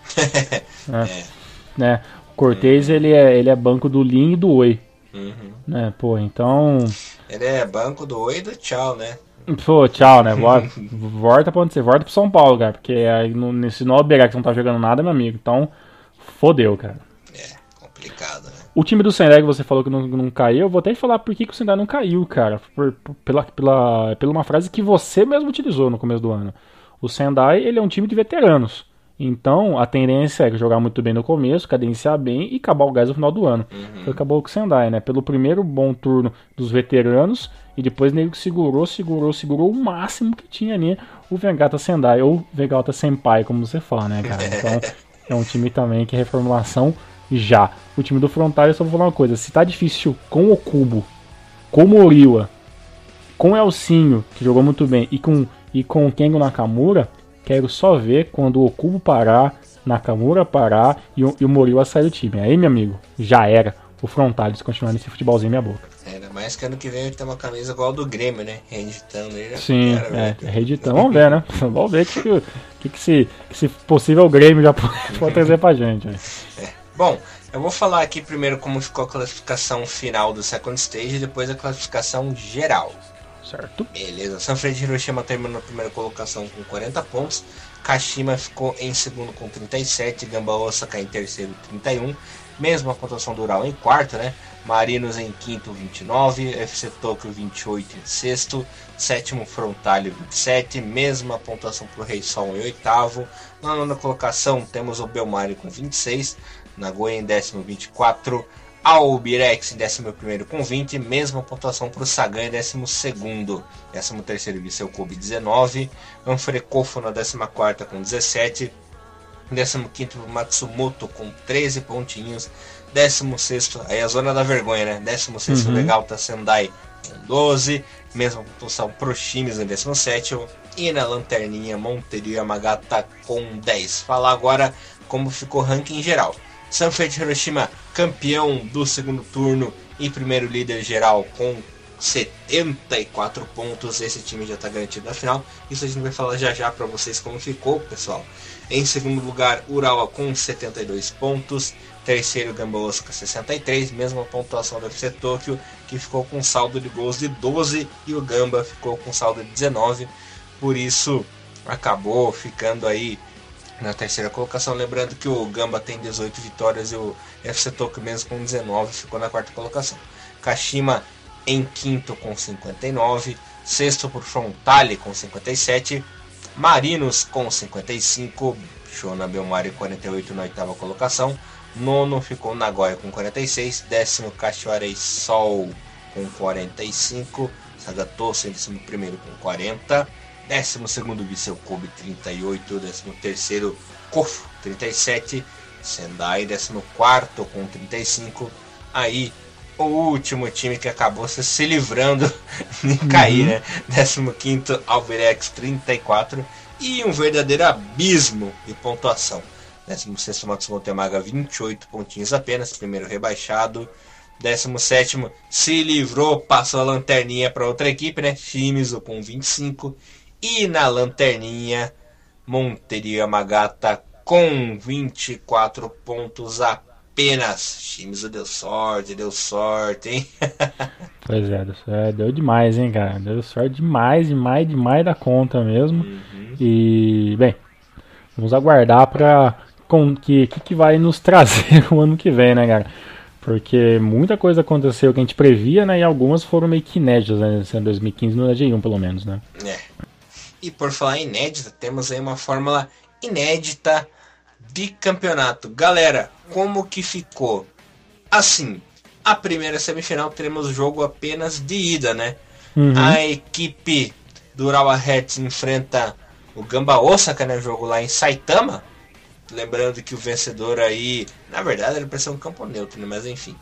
é. É. Né? O Cortez, uhum. ele, é, ele é banco do Lin e do Oi. Uhum. Né? Pô, então... Ele é banco do Oi e do tchau, né? Pô, tchau, né? Volta, volta pra onde você? Volta pro São Paulo, cara, porque aí no, nesse no Albirex não tá jogando nada, meu amigo. Então, fodeu, cara. É, complicado, né? O time do Sendai que você falou que não, não caiu, eu vou até falar por que, que o Sendai não caiu, cara. Por, por, pela, pela, pela uma frase que você mesmo utilizou no começo do ano. O Sendai, ele é um time de veteranos. Então, a tendência é jogar muito bem no começo, cadenciar bem e acabar o gás no final do ano. Uhum. Foi acabou com o Sendai, né? Pelo primeiro bom turno dos veteranos, e depois ele segurou, segurou, segurou o máximo que tinha ali o Vegata Sendai, ou Vegata Senpai, como você fala, né, cara? Então, é um time também que é reformulação já. O time do Frontal, eu só vou falar uma coisa, se tá difícil com o Kubo, com o Moriwa, com o Elcinho, que jogou muito bem, e com, e com o Kengo Nakamura, quero só ver quando o Kubo parar, Nakamura parar e o, e o Moriwa sair do time. Aí, meu amigo, já era. O Frontales continuar nesse futebolzinho em minha boca. Ainda mais que ano que vem a gente tem uma camisa igual a do Grêmio, né? Reeditando aí. Sim, quero, é, é reeditando. Vamos ver, né? Vamos ver o que, que, que, se, que se possível o Grêmio já pode, pode trazer pra gente. É. Bom, eu vou falar aqui primeiro como ficou a classificação final do Second Stage e depois a classificação geral. Certo. Beleza. Sanfrecce Hiroshima terminou na primeira colocação com quarenta pontos. Kashima ficou em segundo com trinta e sete. Gamba Osaka em terceiro, trinta e um. Mesma pontuação do Ural em quarto, né? Marinos em quinto, vinte e nove. F C Tokyo vinte e oito em sexto. Sétimo, Frontalio vinte e sete. Mesma pontuação para o Reysol em oitavo. Na nona colocação temos o Belmari com vinte e seis. Nagoya em décimo, vinte e quatro. Albirex em décimo primeiro com vinte, mesma pontuação para o Sagan em décimo segundo. décimo terceiro Viseu Kobe dezenove, Anfrecofo na décima quarta com dezessete, décimo quinto Matsumoto com treze pontinhos, décimo sexto, aí a zona da vergonha, né? décimo sexto uhum. Legalta Sendai com doze, mesma pontuação para o Shimizu em décimo sétimo, e na lanterninha Monterio Yamagata com dez. Falar agora como ficou o ranking geral. Sanfrecce Hiroshima, campeão do segundo turno e primeiro líder geral com setenta e quatro pontos. Esse time já está garantido na final. Isso a gente vai falar já já para vocês como ficou, pessoal. Em segundo lugar, Urawa com setenta e dois pontos. Terceiro, Gamba Osaka, sessenta e três. Mesma pontuação do F C Tokyo, que ficou com saldo de gols de doze. E o Gamba ficou com saldo de dezenove. Por isso, acabou ficando aí na terceira colocação, lembrando que o Gamba tem dezoito vitórias e o F C Tokyo mesmo com dezenove ficou na quarta colocação. Kashima em quinto com cinquenta e nove, sexto por Frontale com cinquenta e sete, Marinos com cinquenta e cinco, Shona Belmari quarenta e oito na oitava colocação, nono ficou Nagoya com quarenta e seis, décimo Kashiwa Reysol com quarenta e cinco, Sagatoso em décimo primeiro com quarenta, décimo segundo Viseu Kobe trinta e oito, décimo terceiro Kofu trinta e sete, Sendai décimo quarto com trinta e cinco. Aí o último time que acabou se, se livrando de cair, uhum. né? décimo quinto Albirex trinta e quatro e um verdadeiro abismo de pontuação. décimo sexto Matsumoto Yamaga, vinte e oito pontinhos apenas, primeiro rebaixado. décimo sétimo se livrou, passou a lanterninha para outra equipe, né? Shimizu com vinte e cinco. E na lanterninha, Monterio Yamagata com vinte e quatro pontos apenas. Shimizu deu sorte, deu sorte, hein? Pois é, deu, é, deu demais, hein, cara? Deu sorte demais, demais, demais da conta mesmo. Uhum. E, bem, vamos aguardar para que, que que vai nos trazer o ano que vem, né, cara? Porque muita coisa aconteceu que a gente previa, né? E algumas foram meio que inéditas, né? Em dois mil e quinze, no G um, pelo menos, né? É. E por falar em inédita, temos aí uma fórmula inédita de campeonato. Galera, como que ficou? Assim, a primeira semifinal teremos jogo apenas de ida, né? Uhum. A equipe do Urawa Hearts enfrenta o Gamba Osaka, né? Jogo lá em Saitama. Lembrando que o vencedor aí... Na verdade, ele parece um campo neutro, né? Mas enfim.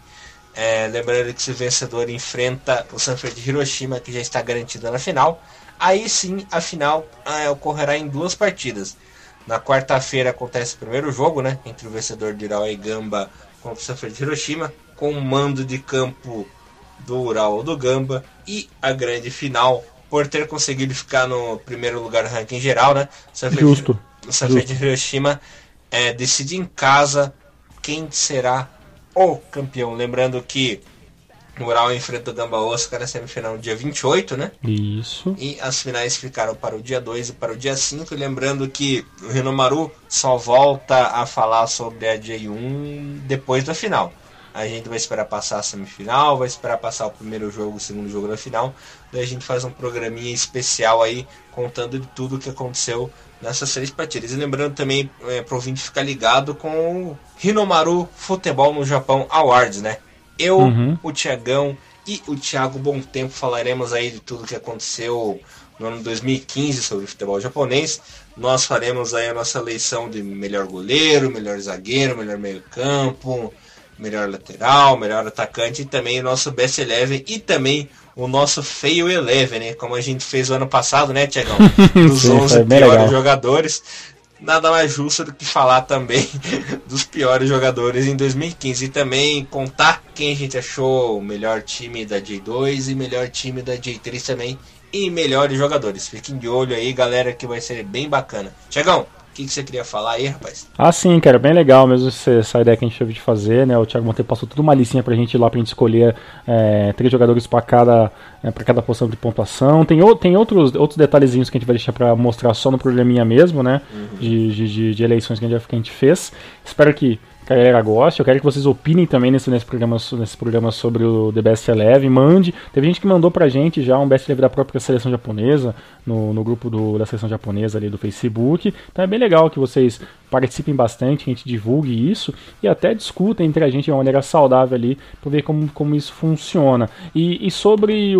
É, lembrando que se o vencedor enfrenta o Sanfrecce de Hiroshima, que já está garantido na final. Aí sim, a final é, ocorrerá em duas partidas. Na quarta-feira acontece o primeiro jogo, né? Entre o vencedor de Urawa e Gamba contra o Sanfrecce de Hiroshima. Com o mando de campo do Urawa ou do Gamba. E a grande final, por ter conseguido ficar no primeiro lugar no ranking geral, né? Justo. O Sanfrecce de Hiroshima é, decide em casa quem será o campeão. Lembrando que o Urawa enfrenta o Gamba Osaka na semifinal no dia vinte e oito, né? Isso. E as finais ficaram para o dia dois e para o dia cinco. E lembrando que o Hinomaru só volta a falar sobre a J um depois da final. A gente vai esperar passar a semifinal, vai esperar passar o primeiro jogo, o segundo jogo da final. Daí a gente faz um programinha especial aí, contando de tudo o que aconteceu nessas três partidas. E lembrando também, é, para o ouvinte ficar ligado com o Hinomaru Futebol no Japão Awards, né? Eu, uhum. o Tiagão e o Thiago Bom Tempo falaremos aí de tudo que aconteceu no ano dois mil e quinze sobre o futebol japonês. Nós faremos aí a nossa eleição de melhor goleiro, melhor zagueiro, melhor meio campo, melhor lateral, melhor atacante e também o nosso Best Eleven e também o nosso Fail Eleven, né? Como a gente fez o ano passado, né, Tiagão? Dos Sim, onze piores legal. jogadores. Nada mais justo do que falar também dos piores jogadores em dois mil e quinze e também contar quem a gente achou o melhor time da J dois e melhor time da J três também e melhores jogadores. Fiquem de olho aí, galera, que vai ser bem bacana. Tiagão, o que, que você queria falar aí, rapaz? Ah, sim, cara, bem legal mesmo essa ideia que a gente teve de fazer, né? O Thiago Monteiro passou toda uma listinha pra gente ir lá pra gente escolher é, três jogadores pra cada, é, pra cada posição de pontuação. Tem, o, tem outros, outros detalhezinhos que a gente vai deixar pra mostrar só no programinha mesmo, né? Uhum. De, de, de, de eleições que a, gente, que a gente fez. Espero que a galera goste. Eu quero que vocês opinem também nesse, nesse, programa, nesse programa sobre o The Best Eleven. Mande. Teve gente que mandou pra gente já um Best Eleven da própria seleção japonesa, no, no grupo do, da seleção japonesa ali do Facebook. Então é bem legal que vocês participem bastante, que a gente divulgue isso e até discutam entre a gente de uma maneira saudável ali para ver como, como isso funciona. E, e sobre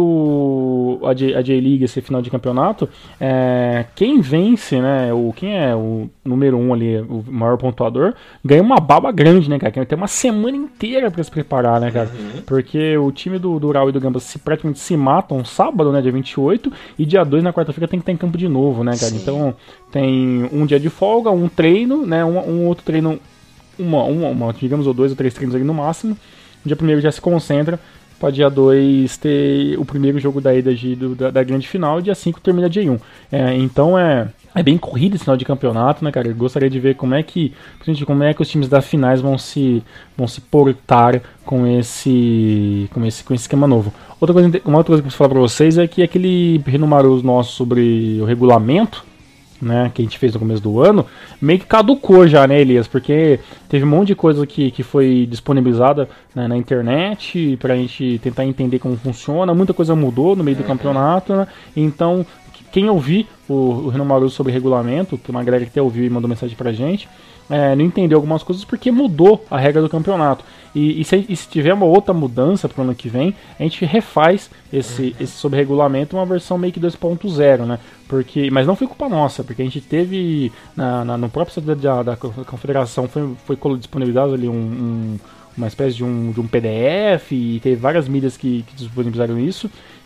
o, a J-League, esse final de campeonato, é, quem vence, né, o, quem é o número um ali, o maior pontuador, ganha uma baba grande, né, cara? Que tem uma semana inteira para se preparar, né, cara? Uhum. Porque o time do, do Urawa e do Gamba se, praticamente se matam sábado, né, dia vinte e oito, e dia dois na quarta-feira tem que estar em campo de novo, né, cara? Sim. Então tem um dia de folga, um treino, né, um, um outro treino, uma, uma, uma, digamos, ou dois ou três treinos ali no máximo. No dia primeiro já se concentra para dia dois ter o primeiro jogo da ida de, do, da, da grande final e dia cinco termina dia um. É, então é, é bem corrido esse final de campeonato, né, cara? Eu gostaria de ver como é que, como é que os times das finais vão se, vão se portar com esse, com esse, com esse esquema novo. Outra coisa, uma outra coisa que eu preciso falar para vocês é que aquele Hinomaru nosso sobre o regulamento, né, que a gente fez no começo do ano, meio que caducou já, né, Elias? Porque teve um monte de coisa que, que foi disponibilizada, né, na internet pra gente tentar entender como funciona. Muita coisa mudou no meio do campeonato, né? Então, quem ouvir o, o Hinomaru sobre regulamento, que uma galera que até ouviu e mandou mensagem pra gente, é, não entendeu algumas coisas porque mudou a regra do campeonato. E, e, se, e se tiver uma outra mudança para o ano que vem, a gente refaz esse, esse sobre regulamento, uma versão meio que dois ponto zero, né? Porque, mas não foi culpa nossa, porque a gente teve na, na, no próprio site da, da confederação foi, foi disponibilizado ali um, um, uma espécie de um, de um P D F e teve várias mídias que, que disponibilizaram isso.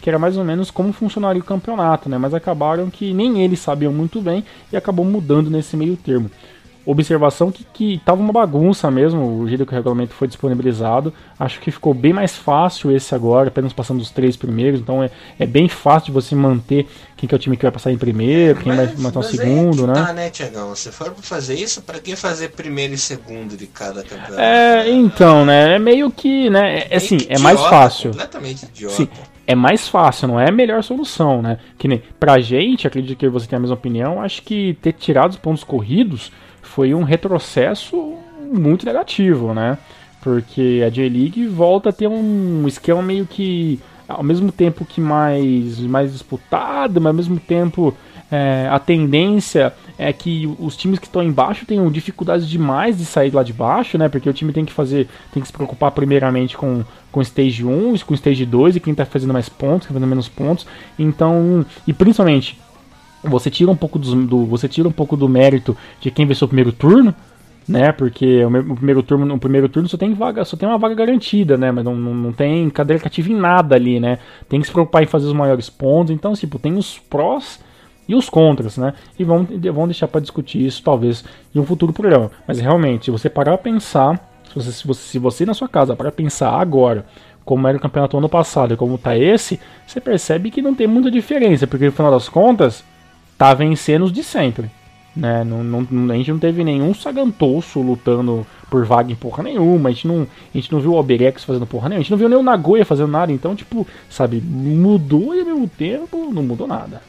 que era mais ou menos como funcionaria o campeonato, né? Mas acabaram que nem eles sabiam muito bem e acabou mudando nesse meio termo. Observação que, que tava uma bagunça mesmo, o jeito que o regulamento foi disponibilizado. Acho que ficou bem mais fácil esse agora, apenas passando os três primeiros. Então é, é bem fácil de você manter quem que é o time que vai passar em primeiro, quem mas, vai matar o segundo, né? Tá, né, Tiagão? Se for pra fazer isso, pra que fazer primeiro e segundo de cada campeonato? É, então, né? É meio que, né? É, assim, é mais fácil. Completamente idiota. Sim. É mais fácil, não é a melhor solução, né? Que nem pra gente, acredito que você tem a mesma opinião, acho que ter tirado os pontos corridos foi um retrocesso muito negativo, né? Porque a J-League volta a ter um esquema meio que, ao mesmo tempo que mais, mais disputado, mas ao mesmo tempo é, a tendência é que os times que estão embaixo tenham dificuldades demais de sair lá de baixo, né? Porque o time tem que fazer, tem que se preocupar primeiramente com com Stage um, com Stage dois e quem tá fazendo mais pontos, quem tá fazendo menos pontos. Então, e principalmente você tira um pouco do, do você tira um pouco do mérito de quem venceu o primeiro turno, né? Porque o, o primeiro turno, no primeiro turno só tem vaga, só tem uma vaga garantida, né? Mas não, não, não tem cadeira cativa em nada ali, né? Tem que se preocupar em fazer os maiores pontos. Então, tipo, tem os prós e os contras, né? E vão, vão deixar para discutir isso talvez em um futuro programa. Mas realmente, se você parar pra pensar, se você, se você, se você na sua casa parar pra pensar agora como era o campeonato ano passado e como tá esse, você percebe que não tem muita diferença, porque no final das contas tá vencendo os de sempre, né? Não, não, a gente não teve nenhum Sagantoso lutando por vaga em porra nenhuma, a gente não, a gente não viu o Alberex fazendo porra nenhuma, a gente não viu nem o Nagoya fazendo nada, então, tipo, sabe, mudou e ao mesmo tempo não mudou nada.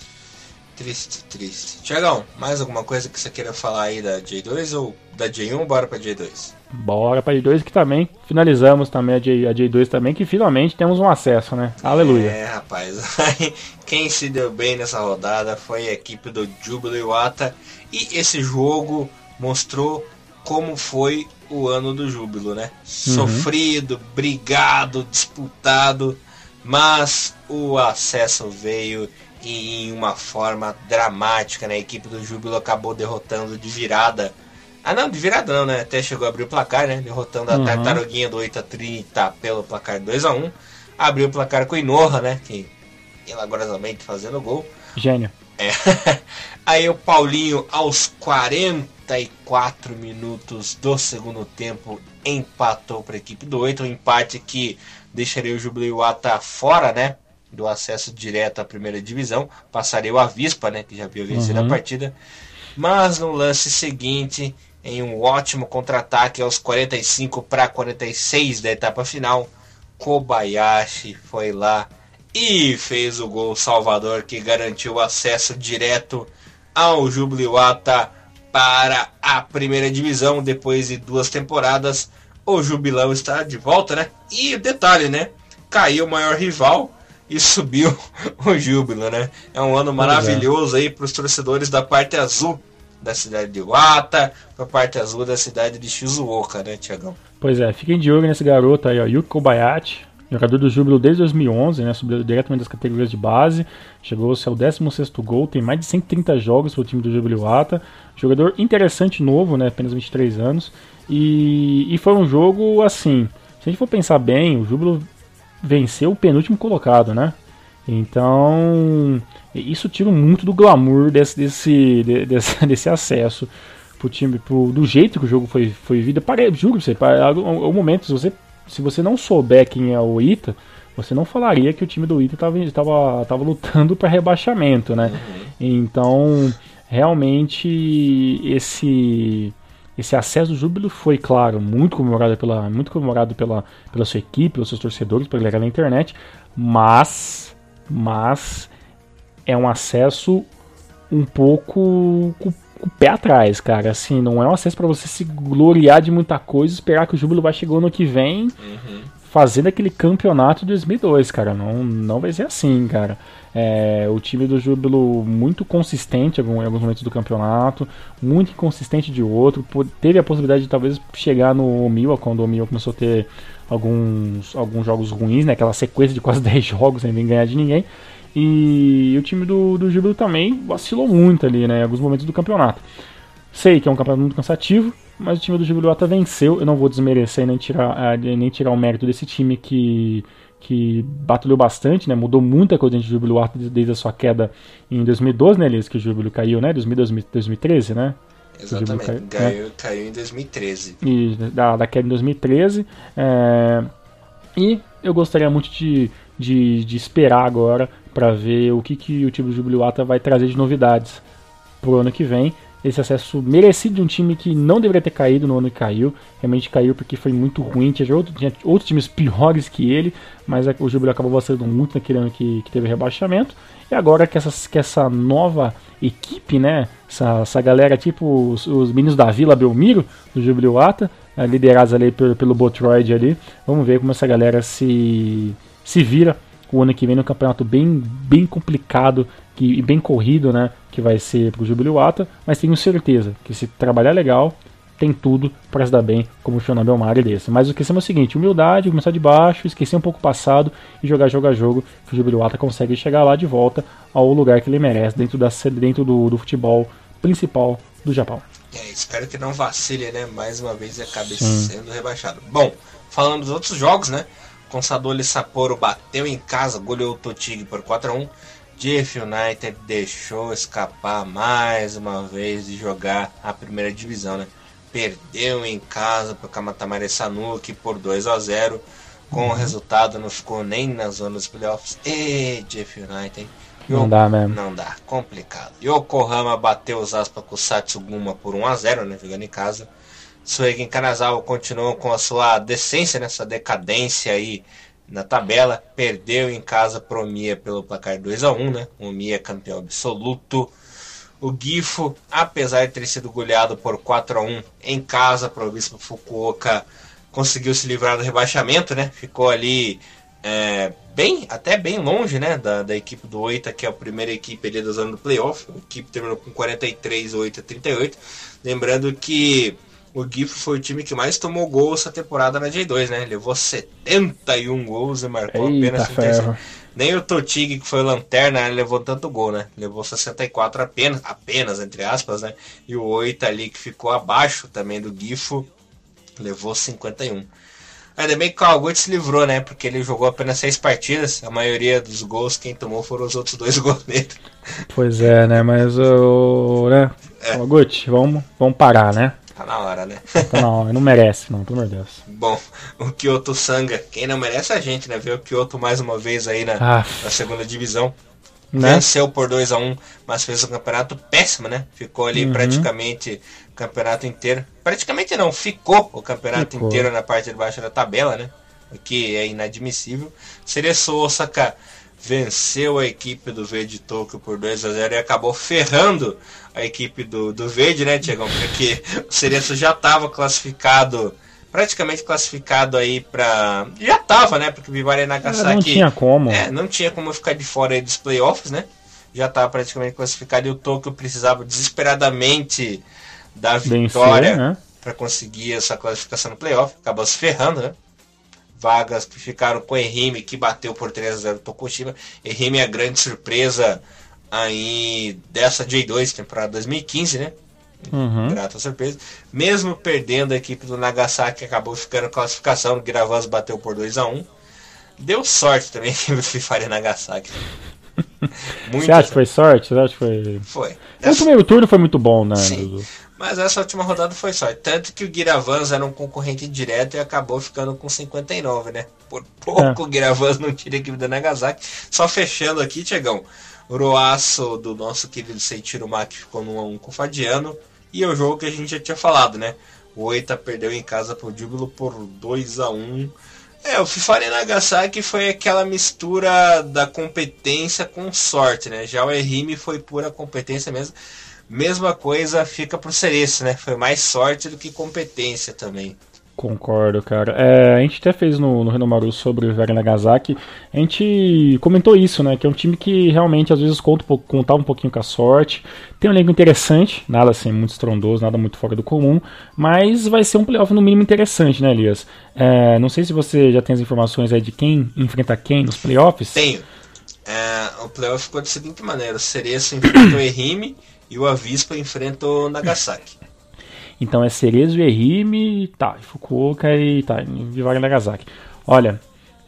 Triste, triste. Tiagão, mais alguma coisa que você queira falar aí da J dois ou da J um? Bora pra J dois. Bora pra J dois, que também finalizamos também a, J, a J dois também, que finalmente temos um acesso, né? Aleluia. É, rapaz. Quem se deu bem nessa rodada foi a equipe do Júbilo Iwata. E esse jogo mostrou como foi o ano do Júbilo, né? Uhum. Sofrido, brigado, disputado, mas o acesso veio em uma forma dramática, né? A equipe do Júbilo acabou derrotando de virada. Ah não, de virada não, né? Até chegou a abrir o placar, né? Derrotando a uhum. Tartaruguinha do oito a trinta pelo placar dois a um. Abriu o placar com o Inoha, né? Que milagrosamente fazendo gol. Gênio. É. Aí o Paulinho, aos quarenta e quatro minutos do segundo tempo, empatou para a equipe do oito. Um empate que deixaria o Júbilo Iwata fora, né? Do acesso direto à primeira divisão. Passaria o Avispa, né? Que já havia vencido uhum. a partida. Mas no lance seguinte, em um ótimo contra-ataque aos quarenta e cinco para quarenta e seis da etapa final, Kobayashi foi lá e fez o gol salvador que garantiu o acesso direto ao Júbilo Iwata para a primeira divisão. Depois de duas temporadas, o Jubilão está de volta, né? E o detalhe, né? Caiu o maior rival e subiu o Júbilo, né? É um ano maravilhoso aí para os torcedores da parte azul da cidade de Iwata, para a parte azul da cidade de Shizuoka, né, Tiagão? Pois é, fiquem de olho nesse garoto aí, ó, Yuki Kobayashi, jogador do Júbilo desde dois mil e onze, né? Subiu diretamente das categorias de base, chegou ao seu décimo sexto gol, tem mais de cento e trinta jogos para o time do Júbilo Iwata, jogador interessante, novo, né? Apenas vinte e três anos, e, e foi um jogo assim, se a gente for pensar bem, o Júbilo venceu o penúltimo colocado, né? Então, isso tira muito do glamour desse, desse, desse, desse acesso pro time, pro, do jeito que o jogo foi, foi vivido. Pare, juro pra você, para algum momento, se você, se você não souber quem é o Ita, você não falaria que o time do Ita estava tava lutando para rebaixamento, né? Uhum. Então, realmente, esse... Esse acesso do Júbilo foi, claro, muito comemorado pela, muito comemorado pela, pela sua equipe, pelos seus torcedores, pela galera na internet, mas, mas é um acesso um pouco com, com o pé atrás, cara. Assim, não é um acesso para você se gloriar de muita coisa e esperar que o Júbilo vai chegar no ano que vem uhum. fazendo aquele campeonato de dois mil e dois, cara. Não, não vai ser assim, cara. É, o time do Júbilo muito consistente em alguns momentos do campeonato, muito inconsistente de outro, teve a possibilidade de talvez chegar no Omiwa, quando o Omiwa começou a ter alguns, alguns jogos ruins, né, aquela sequência de quase dez jogos sem ganhar de ninguém, e o time do, do Júbilo também vacilou muito ali, né, em alguns momentos do campeonato. Sei que é um campeonato muito cansativo, mas o time do Júbilo Iwata venceu. Eu não vou desmerecer nem tirar, nem tirar o mérito desse time que que batalhou bastante, né? Mudou muita coisa dentro do Júbilo Ata desde a sua queda em dois mil e doze, né, Elias? Que o Júbilo caiu, né? dois mil, dois mil e treze, né? Exatamente, caiu, caiu, né? Caiu em dois mil e treze. E da, da queda em dois mil e treze. É... E eu gostaria muito de, de, de esperar agora para ver o que, que o time do Júbilo Ata vai trazer de novidades pro ano que vem. Esse acesso merecido de um time que não deveria ter caído no ano que caiu. Realmente caiu porque foi muito ruim. Tinha, outro, tinha outros times piores que ele, mas o Júbilo acabou vacilando muito naquele ano que, que teve rebaixamento. E agora que essa, que essa nova equipe, né, essa, essa galera tipo os, os meninos da Vila Belmiro, do Júbilo Ata, liderados ali pelo, pelo Botroid ali, vamos ver como essa galera se, se vira o ano que vem no campeonato bem, bem complicado e bem corrido, né, que vai ser pro Júbilo Ata, mas tenho certeza que se trabalhar legal, tem tudo para se dar bem como o Shonan Belmari desse. Mas o que é o seguinte, humildade, começar de baixo, esquecer um pouco o passado e jogar jogo a jogo, que o Júbilo Ata consegue chegar lá de volta ao lugar que ele merece dentro, da, dentro do, do futebol principal do Japão. É, espero que não vacile, né, mais uma vez e acabe Sim. sendo rebaixado. Bom, falando dos outros jogos, né, Consadole Sapporo bateu em casa, goleou o Totig por quatro a um. G F United deixou escapar mais uma vez de jogar a primeira divisão, né? Perdeu em casa para o Kamatamare Sanuki por dois a zero. Com uhum. o resultado não ficou nem na zona dos playoffs. E G F United. Não dá mesmo. Não dá, complicado. Yokohama bateu os aspas com o Satsuguma por um a zero, né? Jogando em casa. Sueigen Kanazawa continuou com a sua decência, né? Sua decadência aí na tabela, perdeu em casa pro Mia pelo placar dois a um, né? O Mia campeão absoluto. O Gifu, apesar de ter sido goleado por quatro a um em casa pro Bispo Fukuoka, conseguiu se livrar do rebaixamento, né? Ficou ali é, bem, até bem longe, né? Da, da equipe do Oita, que é a primeira equipe ali da zona do playoff. A equipe terminou com quarenta e três, o Oita trinta e oito. Lembrando que o Gifu foi o time que mais tomou gol essa temporada na J dois, né? Levou setenta e um gols e marcou Eita apenas trinta e seis. Nem o Totig, que foi o lanterna, né, levou tanto gol, né? Levou sessenta e quatro apenas, apenas, entre aspas, né? E o Oita ali, que ficou abaixo também do Gifu, levou cinquenta e um. Ainda bem que o Kawaguchi se livrou, né? Porque ele jogou apenas seis partidas. A maioria dos gols, quem tomou foram os outros dois goleiros. Pois é, né? Mas o... né? É. Kawaguchi, vamos, vamos parar, né? Tá na hora, né? Tá na hora, não merece, não, pelo amor de Deus. Bom, o Kyoto Sanga, quem não merece é a gente, né? Ver o Kyoto mais uma vez aí na, ah. na segunda divisão. Né? Venceu por dois a um, mas fez um campeonato péssimo, né? Ficou ali uhum. praticamente o campeonato inteiro. Praticamente não, ficou o campeonato ficou. inteiro na parte de baixo da tabela, né? O que é inadmissível. Cereço Osaka venceu a equipe do Verde Tokyo por dois a zero e acabou ferrando a equipe do, do Verde, né, Tiagão? Porque o Cereço já estava classificado, praticamente classificado aí para... Já estava, né? Porque o Vivari Nagasaki... Não tinha como. É, não tinha como ficar de fora aí dos playoffs, né? Já estava praticamente classificado e o Tokyo precisava desesperadamente da vitória, né, para conseguir essa classificação no playoff. Acabou se ferrando, né? Vagas que ficaram com o Ehime, que bateu por três a zero o Tokushima. Ehime é a grande surpresa aí dessa J dois, temporada dois mil e quinze, né? Uhum. Grata surpresa. Mesmo perdendo a equipe do Nagasaki, acabou ficando classificação. O Gravans bateu por dois a um. Deu sorte também que o FIFA Nagasaki. Você acha que foi sorte? Você acha que foi... Foi. O primeiro turno foi muito bom, né? Sim. Mas essa última rodada foi sorte. Tanto que o Giravans era um concorrente direto e acabou ficando com cinquenta e nove, né? Por pouco é. o Giravans não tira a equipe da Nagasaki. Só fechando aqui, Tiagão. O Roaço do nosso querido Seiichiro Maki ficou no um a um com o Fadiano. E é o jogo que a gente já tinha falado, né? O Oita perdeu em casa pro Júbilo por dois a um. É, o Fifari Nagasaki foi aquela mistura da competência com sorte, né? Já o Ehime foi pura competência mesmo. Mesma coisa fica pro Cereço, né? Foi mais sorte do que competência também. Concordo, cara. É, a gente até fez no, no Renomaru sobre o Vivari Nagasaki. A gente comentou isso, né? Que é um time que realmente às vezes conta, contava um pouquinho com a sorte. Tem um elenco interessante, nada assim muito estrondoso, nada muito fora do comum. Mas vai ser um playoff no mínimo interessante, né, Elias? É, não sei se você já tem as informações aí de quem enfrenta quem nos playoffs. Tenho. É, o playoff ficou da seguinte maneira: o Cereço enfrenta o Ehime e o Avispa enfrenta o Nagasaki. Então é Cerezo e Ehime, tá, Fukuoka e tá, Vivari Nagasaki. Olha,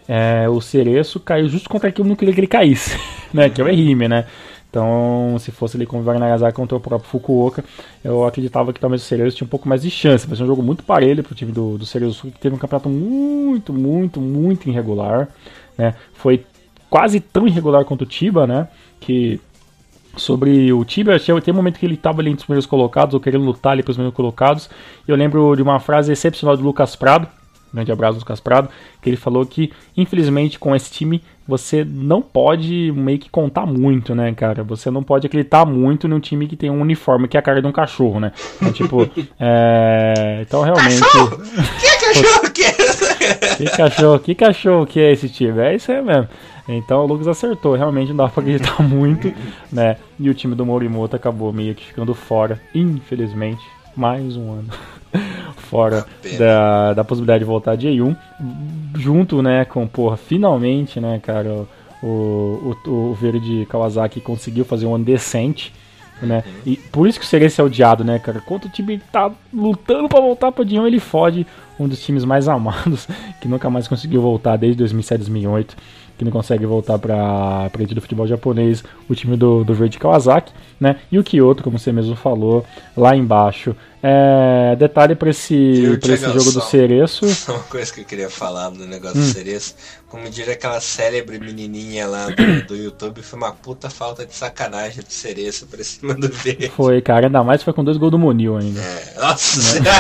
é, o Cereço caiu justo contra aquilo que não queria que ele caísse, né? Que é o Ehime, né? Então, se fosse ali com o Ivar Nagasaki contra o próprio Fukuoka, eu acreditava que talvez o Cereço tinha um pouco mais de chance. Vai ser um jogo muito parelho pro time do, do Cereço, que teve um campeonato muito, muito, muito irregular, né? Foi quase tão irregular quanto o Chiba, né? Que sobre o Chiba, tem um momento que ele estava ali entre os primeiros colocados, ou querendo lutar ali para os primeiros colocados. Eu lembro de uma frase excepcional do Lucas Prado, grande abraço Lucas Prado, que ele falou que, infelizmente, com esse time, você não pode meio que contar muito, né, cara? Você não pode acreditar muito num time que tem um uniforme que é a cara de um cachorro, né? Então, tipo, é... Então, realmente... Cachorro? Que cachorro que é? Que cachorro, que cachorro que é esse time? É isso aí mesmo. Então o Lucas acertou, realmente não dá pra acreditar muito, né? E o time do Morimoto acabou meio que ficando fora, infelizmente, mais um ano fora da, da possibilidade de voltar de J um, junto, né, com, porra, finalmente, né, cara, o, o, o Verde Kawasaki conseguiu fazer um ano decente, né? E por isso que o Cereço é odiado, né, cara? Quando o time tá lutando pra voltar pra J um, ele fode um dos times mais amados, que nunca mais conseguiu voltar desde dois mil e sete, dois mil e oito, que não consegue voltar para a elite do futebol japonês, o time do, do Verde Kawasaki, né? E o Kyoto, como você mesmo falou, lá embaixo. É, detalhe para esse, pra esse jogo do Cereço. Uma coisa que eu queria falar do negócio hum. do Cereço, como diria aquela célebre menininha lá do, do YouTube, foi uma puta falta de sacanagem do Cereço pra cima do Verde. Foi, cara, ainda mais foi com dois gols do Monil ainda. É, nossa, né?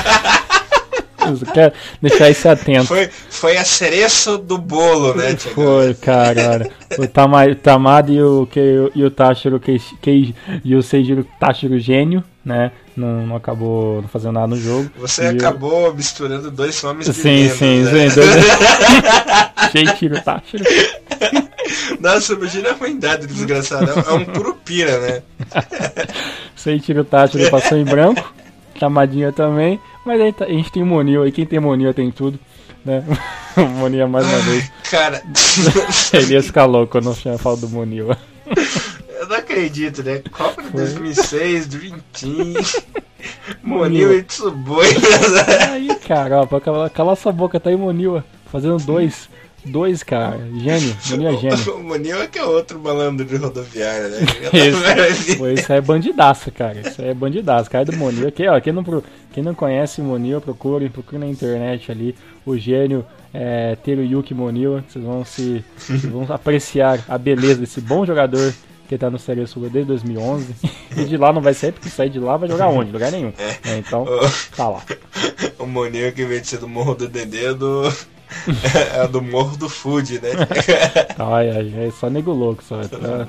Quero deixar isso atento. Foi, foi a cereço do bolo, né, Thiago? Foi, cara. O Tama, Tamada e o, que, e o Tashiro que, que, e o Seijiro Tashiro gênio, né? Não, não acabou não fazendo nada no jogo. Você e acabou eu... misturando dois nomes de Sim, membros, sim, né? sim. Dois... Seijiro Tashiro. Nossa, imagina a ruindade do desgraçado. É um curupira, né? Seijiro Tashiro passou em branco. Tamadinha também. Mas aí a gente tem o Monil aí, quem tem Monil tem tudo, né? O Monil mais uma vez. Cara, ele escalou quando eu tinha falado do Monil. Eu não acredito, né? Copa de dois mil e seis, Dream Team, Monil e Tsuboi. Aí, cara, ó, cala, cala sua boca, tá aí Monil, fazendo dois. Dois, cara. Gênio. Monil é gênio. O Monil é que é outro malandro de rodoviária, né? Esse, pô, isso aí é bandidaço, cara. Isso aí é bandidaço. Cara do Monil. Aqui, ó, quem não, quem não conhece o Monil, procure, procure na internet ali. O gênio é, Teruyuki Monil. Vocês vão se vocês vão apreciar a beleza desse bom jogador que tá no Cereço desde dois mil e onze. E de lá não vai sair, porque sair de lá vai jogar onde? Lugar nenhum. É. É, então, tá lá. O Monil que veio de ser do Morro do Dedê do... É do Morro do Food, né? Ai, ai, é só nego louco, só. Tá?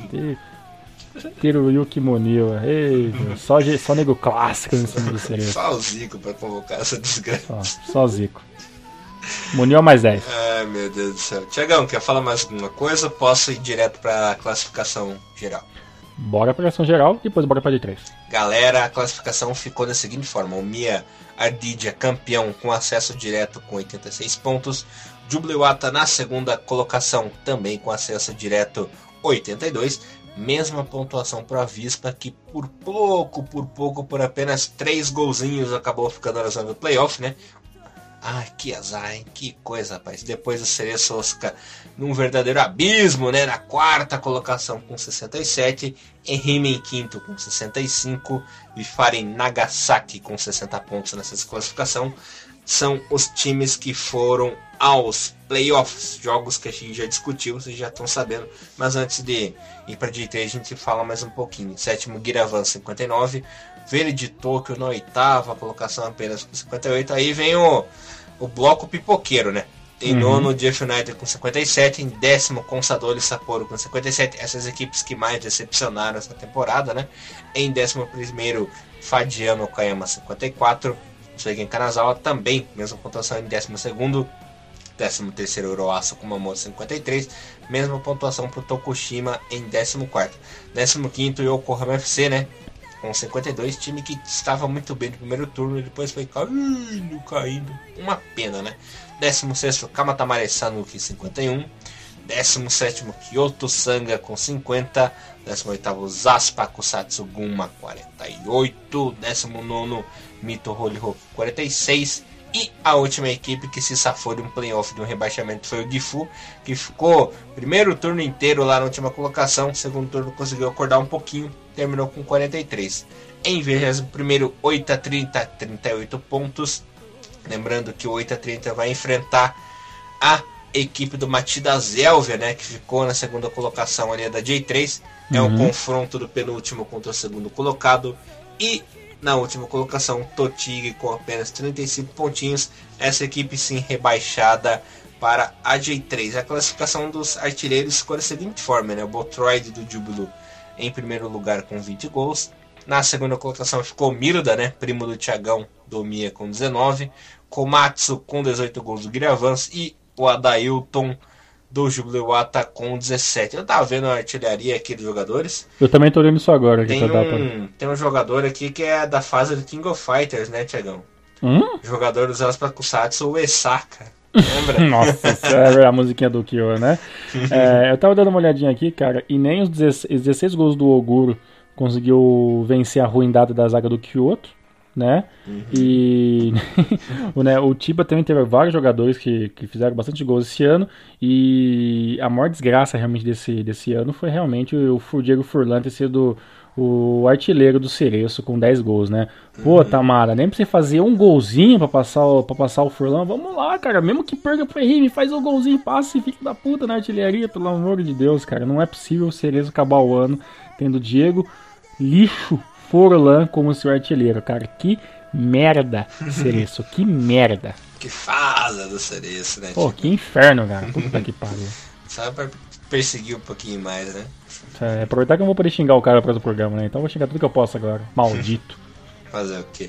Teruyuki Monil. Ei, só, só nego clássico nesse mundo do Cereço. Só o Zico pra convocar essa desgraça. Só, só Zico. Monil mais dez. Ai, meu Deus do céu. Tiagão, quer falar mais alguma coisa ou posso ir direto pra classificação geral? Bora pra classificação geral, depois bora pra D três. Galera, a classificação ficou da seguinte forma. O Miya Ardidia, campeão com acesso direto com oitenta e seis pontos. Jubilee na segunda colocação, também com acesso direto oitenta e dois. Mesma pontuação para a Vispa, que por pouco, por pouco, por apenas três golzinhos acabou ficando na zona do playoff, né? Ai, que azar, hein? Que coisa, rapaz. Depois o Cereço Osaka num verdadeiro abismo, né? Na quarta colocação com sessenta e sete. Ehime em quinto com sessenta e cinco. Vifari Nagasaki com sessenta pontos nessa classificação. São os times que foram aos playoffs. Jogos que a gente já discutiu, vocês já estão sabendo. Mas antes de ir para D três, a gente fala mais um pouquinho. Sétimo, Giravan, cinquenta e nove. Verde Tóquio na oitava colocação, apenas com cinquenta e oito. Aí vem o, o bloco pipoqueiro, né? Em uhum. nono, Jeff United com cinquenta e sete. Em décimo, Consadole Sapporo com cinquenta e sete. Essas equipes que mais decepcionaram essa temporada, né? Em décimo primeiro, Fadiano Okayama cinquenta e quatro. Suegen Kanazawa também, mesma pontuação em décimo segundo. décimo terceiro, Oroaço Kumamoto cinquenta e três. Mesma pontuação para o Tokushima em décimo quarto. décimo quinto, Yokohama F C, né? Com cinquenta e dois, time que estava muito bem no primeiro turno e depois foi caindo, caindo. Uma pena, né? décimo sexto, Kamatamare Sanuki, cinquenta e um. décimo sétimo, Kyoto Sanga, com cinquenta. décimo oitavo, Zaspa Kusatsu Gunma, quarenta e oito. décimo nono, Mito Holyhock, quarenta e seis. E a última equipe que se safou de um playoff de um rebaixamento foi o Gifu, que ficou primeiro turno inteiro lá na última colocação, segundo turno conseguiu acordar um pouquinho, terminou com quarenta e três. Em vigésimo primeiro, oito a trinta, trinta e oito pontos. Lembrando que o oito a trinta vai enfrentar a equipe do Matida Zélvia, né, que ficou na segunda colocação ali da J três. É um uhum. confronto do penúltimo contra o segundo colocado. E na última colocação, Totig com apenas trinta e cinco pontinhos. Essa equipe sim rebaixada para a J três. A classificação dos artilheiros ficou da seguinte forma, né? O Botroid do Júbilo em primeiro lugar com vinte gols. Na segunda colocação ficou Mirda, né? Primo do Thiagão do Mia com dezenove. Komatsu com dezoito gols do Guiravans. E o Adailton do Jubileuata com dezessete. Eu tava vendo a artilharia aqui dos jogadores. Eu também tô olhando isso agora. Aqui tem, pra um, dar pra... tem um jogador aqui que é da fase do King of Fighters, né, Thiagão? Hum? Jogador dos Alas pra Kusatsu, o Esaka. Lembra? Nossa, é a musiquinha do Kyo, né? É, eu tava dando uma olhadinha aqui, cara, e nem os dezesseis gols do Oguro conseguiu vencer a ruindade da zaga do Kyoto, né? Uhum. E o, né, o Chiba também teve vários jogadores que, que fizeram bastante gols esse ano. E a maior desgraça realmente desse, desse ano foi realmente o Diego Furlan ter sido o artilheiro do Cereço com dez gols, né? Pô, uhum. Tamara, nem pra você fazer um golzinho pra passar, o, pra passar o Furlan. Vamos lá, cara, mesmo que perca pro Henrique, faz um golzinho, passa e fica da puta na artilharia, pelo amor de Deus, cara. Não é possível o Cereço acabar o ano tendo Diego Lixo Furlan como seu artilheiro, cara. Que merda, Cereço, que merda. Que fada do Cereço, né? Pô, tipo... que inferno, cara. Puta que pariu. Só pra perseguir um pouquinho mais, né? É, aproveitar que eu vou poder xingar o cara após o programa, né? Então eu vou xingar tudo que eu posso agora. Maldito. Fazer o quê?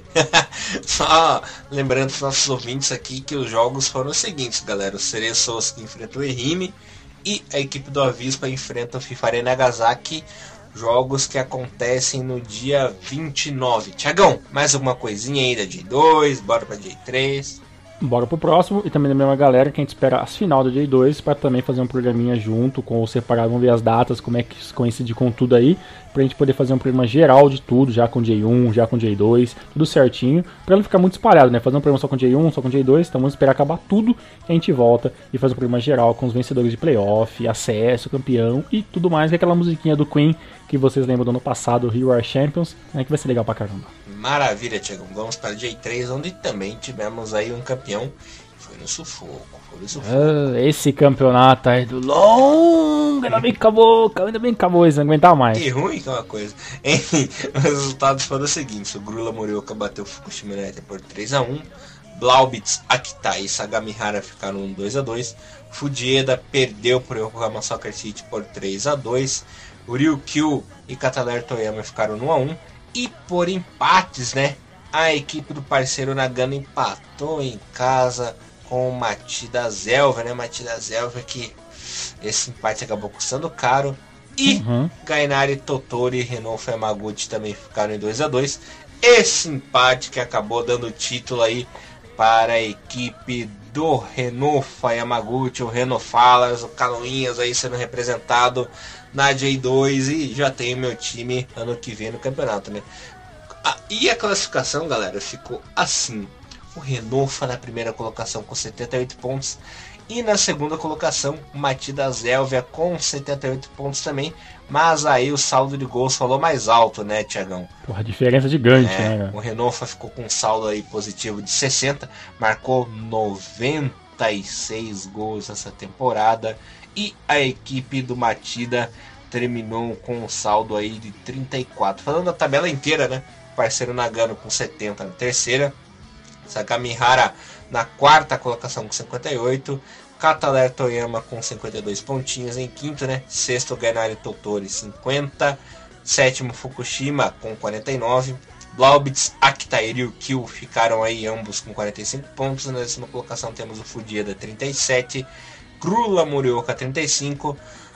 Só lembrando para os nossos ouvintes aqui que os jogos foram os seguintes, galera. O Cereço que enfrenta o Ehime e a equipe do Avispa enfrenta o Fifare Nagasaki. Jogos que acontecem no dia vinte e nove. Tiagão, mais alguma coisinha aí da J dois? Bora pra J três? Bora pro próximo. E também da mesma galera que a gente espera as final da J dois para também fazer um programinha junto com o separado. Vamos ver as datas, como é que se coincide com tudo aí, pra gente poder fazer um programa geral de tudo, já com J um, já com J dois, tudo certinho, pra não ficar muito espalhado, né? Fazer um programa só com J um, só com J dois, então vamos esperar acabar tudo e a gente volta e faz um programa geral com os vencedores de playoff, acesso, campeão e tudo mais, que é aquela musiquinha do Queen que vocês lembram do ano passado, Here Are Champions, né, que vai ser legal pra caramba. Maravilha, Tiagão. Vamos para J três, onde também tivemos aí um campeão. Foi no sufoco, foi no sufoco. Ah, esse campeonato aí do longo, ainda bem que acabou, ainda bem que acabou, eles não aguentar mais. Que ruim que é uma coisa. Enfim, os resultados foram os seguintes. O Grula Morioka bateu o Fukushima United por três a um. Blaubitz, Akita e Sagamihara ficaram dois a dois. Fujieda perdeu por Yokohama Soccer City por três a dois. O Ryukyu e Kataler Toyama ficaram um a um. E por empates, né? A equipe do parceiro Nagano empatou em casa com o Matida Zélvia, né? Matida Zélvia que esse empate acabou custando caro. E uhum. Gainari Totori e Renault Yamaguchi também ficaram em dois a dois. Esse empate que acabou dando título aí para a equipe do Renault Yamaguchi, o Renault Falas, o Canoinhas aí sendo representado na J dois e já tenho meu time ano que vem no campeonato, né? Ah, e a classificação, galera, ficou assim. O Renault na primeira colocação com setenta e oito pontos e na segunda colocação o Matida Zélvia com setenta e oito pontos também, mas aí o saldo de gols falou mais alto, né, Tiagão? Porra, diferença gigante, é, né? O Renault ficou com um saldo aí positivo de sessenta, marcou noventa e seis gols essa temporada. E a equipe do Matida terminou com um saldo aí de trinta e quatro. Falando da tabela inteira, né? Parceiro Nagano com setenta na terceira. Sagamihara na quarta colocação com cinquenta e oito. Kataler Toyama com cinquenta e dois pontinhos em quinto, né? Sexto, Gainari Totori, cinquenta. Sétimo, Fukushima com quarenta e nove. Blaubitz, Akita e Ryukyu ficaram aí ambos com quarenta e cinco pontos. Na décima colocação temos o Fujieda, trinta e sete. Grula Morioka, trinta e cinco.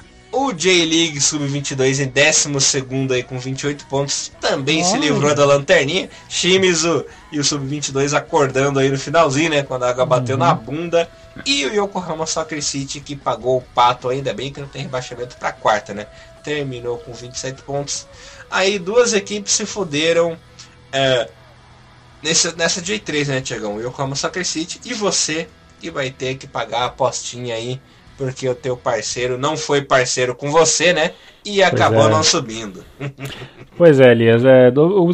O J-League sub vinte e dois em décimo segundo aí com vinte e oito pontos. Também oh. se livrou da lanterninha. Shimizu e o sub vinte e dois acordando aí no finalzinho, né? Quando a água bateu uhum. na bunda. E o Yokohama Soccer City que pagou o pato, ainda bem que não tem rebaixamento para quarta, né? Terminou com vinte e sete pontos. Aí duas equipes se fuderam. É, nesse, nessa J três, né, Tiagão? O Yokohama Soccer City e você que vai ter que pagar a apostinha aí, porque o teu parceiro não foi parceiro com você, né? E acabou é. não subindo. Pois é, Elias, é, duas,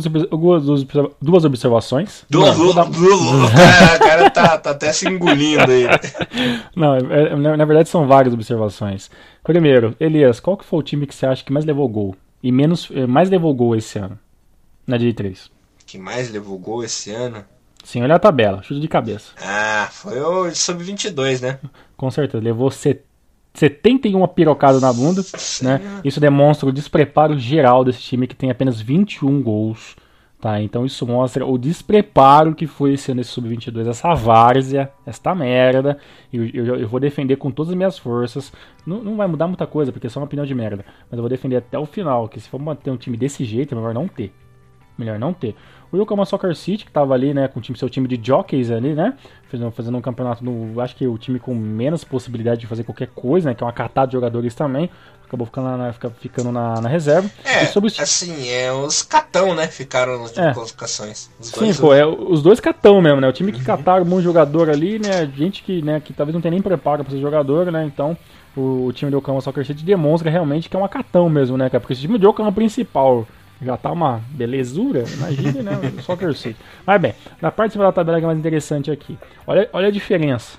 duas observações. Du, não, du, dar... du, o cara, o cara tá, tá até se engolindo aí. Não, é, na verdade são várias observações. Primeiro, Elias, qual que foi o time que você acha que mais levou gol? E menos, mais levou gol esse ano? Na J três. Que mais levou gol esse ano? Sim, olha a tabela, chute de cabeça. Ah, foi o sub vinte e dois, né? Com certeza, levou setenta e uma pirocadas na bunda, né? Isso demonstra o despreparo geral desse time que tem apenas vinte e um gols, tá? Então isso mostra o despreparo que foi esse ano esse sub vinte e dois, essa várzea, esta merda. Eu, eu, eu vou defender com todas as minhas forças. Não, não vai mudar muita coisa, porque é só uma opinião de merda. Mas eu vou defender até o final, que se for manter um time desse jeito, é melhor não ter. Melhor não ter. O Yokohama Soccer City, que tava ali, né, com o time, seu time de jockeys ali, né, fazendo, fazendo um campeonato, no, acho que o time com menos possibilidade de fazer qualquer coisa, né, que é uma catada de jogadores também, acabou ficando na, ficando na, na reserva. É, sobre os... assim, é, os catão, né, ficaram nas é. classificações. Os Sim, dois, pô, é, os dois catão mesmo, né, o time que uhum. cataram um bom jogador ali, né, gente que, né, que talvez não tenha nem preparo pra ser jogador, né, então o, o time do Yokohama Soccer City demonstra realmente que é uma catão mesmo, né, cara, porque esse time do Yokohama principal já tá uma belezura, imagina, né? Só que eu sei. Mas bem, na parte de cima da tabela que é mais interessante aqui. Olha, olha a diferença.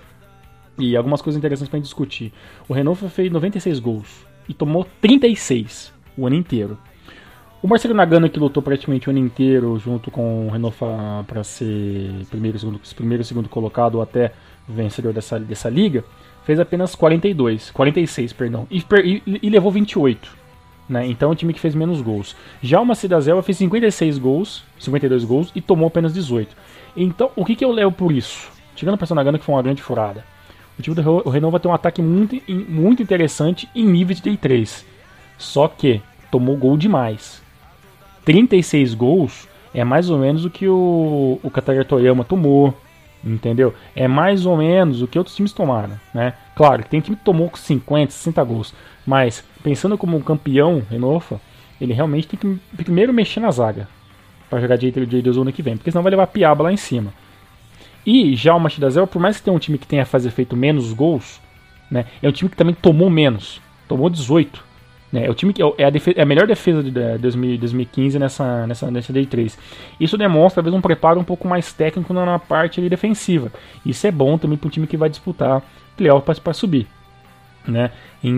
E algumas coisas interessantes pra gente discutir. O Hannover fez noventa e seis gols e tomou trinta e seis o ano inteiro. O Marcelo Nagano, que lutou praticamente o ano inteiro junto com o Hannover para ser primeiro, segundo, primeiro e segundo colocado ou até vencedor dessa, dessa liga, fez apenas quarenta e dois, quarenta e seis, perdão, e, e, e levou vinte e oito. Né? Então é o time que fez menos gols. Já o Macedazelva fez cinquenta e seis gols, cinquenta e dois gols e tomou apenas dezoito. Então, o que, que eu levo por isso? Tirando para Nagano, que foi uma grande furada. O time do Renova tem um ataque muito, muito interessante em nível de J três. Só que tomou gol demais. trinta e seis gols é mais ou menos o que o, o Katagar Toyama tomou. Entendeu? É mais ou menos o que outros times tomaram, né? Claro, tem time que tomou cinquenta, sessenta gols, mas pensando como um campeão, Renofa, ele realmente tem que primeiro mexer na zaga para jogar J dois ano que vem, porque senão vai levar piaba lá em cima. E já o Machidazel, por mais que tenha um time que tenha fazer feito menos gols, né, é um time que também tomou menos, tomou dezoito. Né, é o time que é a, defesa, é a melhor defesa de dois mil e quinze nessa, nessa, nessa J três. Isso demonstra talvez um preparo um pouco mais técnico na parte ali, defensiva. Isso é bom também para um time que vai disputar playoff para subir. Né?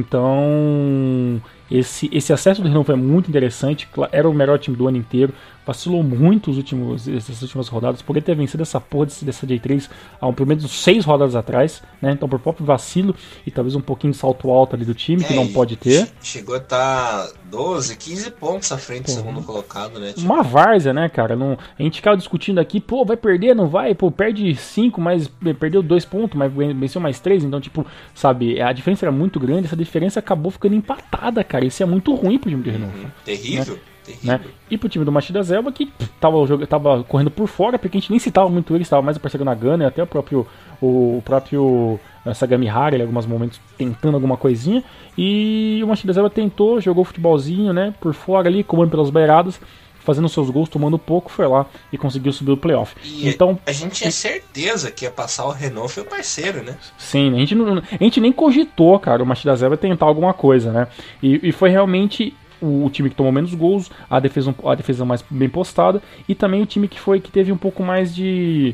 Então esse, esse acesso do Renovo é muito interessante. Era o melhor time do ano inteiro. Vacilou muito os últimos, essas últimas rodadas. Poderia ter vencido essa porra desse, dessa J três há pelo menos seis rodadas atrás, né? Então por próprio vacilo e talvez um pouquinho de salto alto ali do time, é, que não pode ter. Chegou a estar tá doze, quinze pontos à frente do segundo colocado, né? Tipo... Uma várzea, né, cara? Não, a gente ficava discutindo aqui, pô, vai perder, não vai? Pô, perde cinco, mas perdeu dois pontos, mas venceu mais três. Então, tipo, sabe, a diferença era muito grande. Essa diferença acabou ficando empatada, cara. Isso é muito ruim pro time do Renovo. Uhum. Terrível. Né? Né? E pro time do Machida Zelba, que pff, tava, tava correndo por fora, porque a gente nem citava muito ele, estava mais o parceiro Nagano e até o próprio o próprio uh, Sagami Hara, em alguns momentos tentando alguma coisinha. E o Machida Zelba tentou, jogou futebolzinho, né, por fora ali, comando pelas beiradas, fazendo seus gols, tomando pouco, foi lá e conseguiu subir o playoff. E então, a gente tinha certeza que ia passar o Renault e o parceiro, né? Sim, a gente, não, a gente nem cogitou, cara, o Machida Zelba tentar alguma coisa, né? E, e foi realmente o time que tomou menos gols, a defesa, a defesa mais bem postada, e também o time que foi que teve um pouco mais de,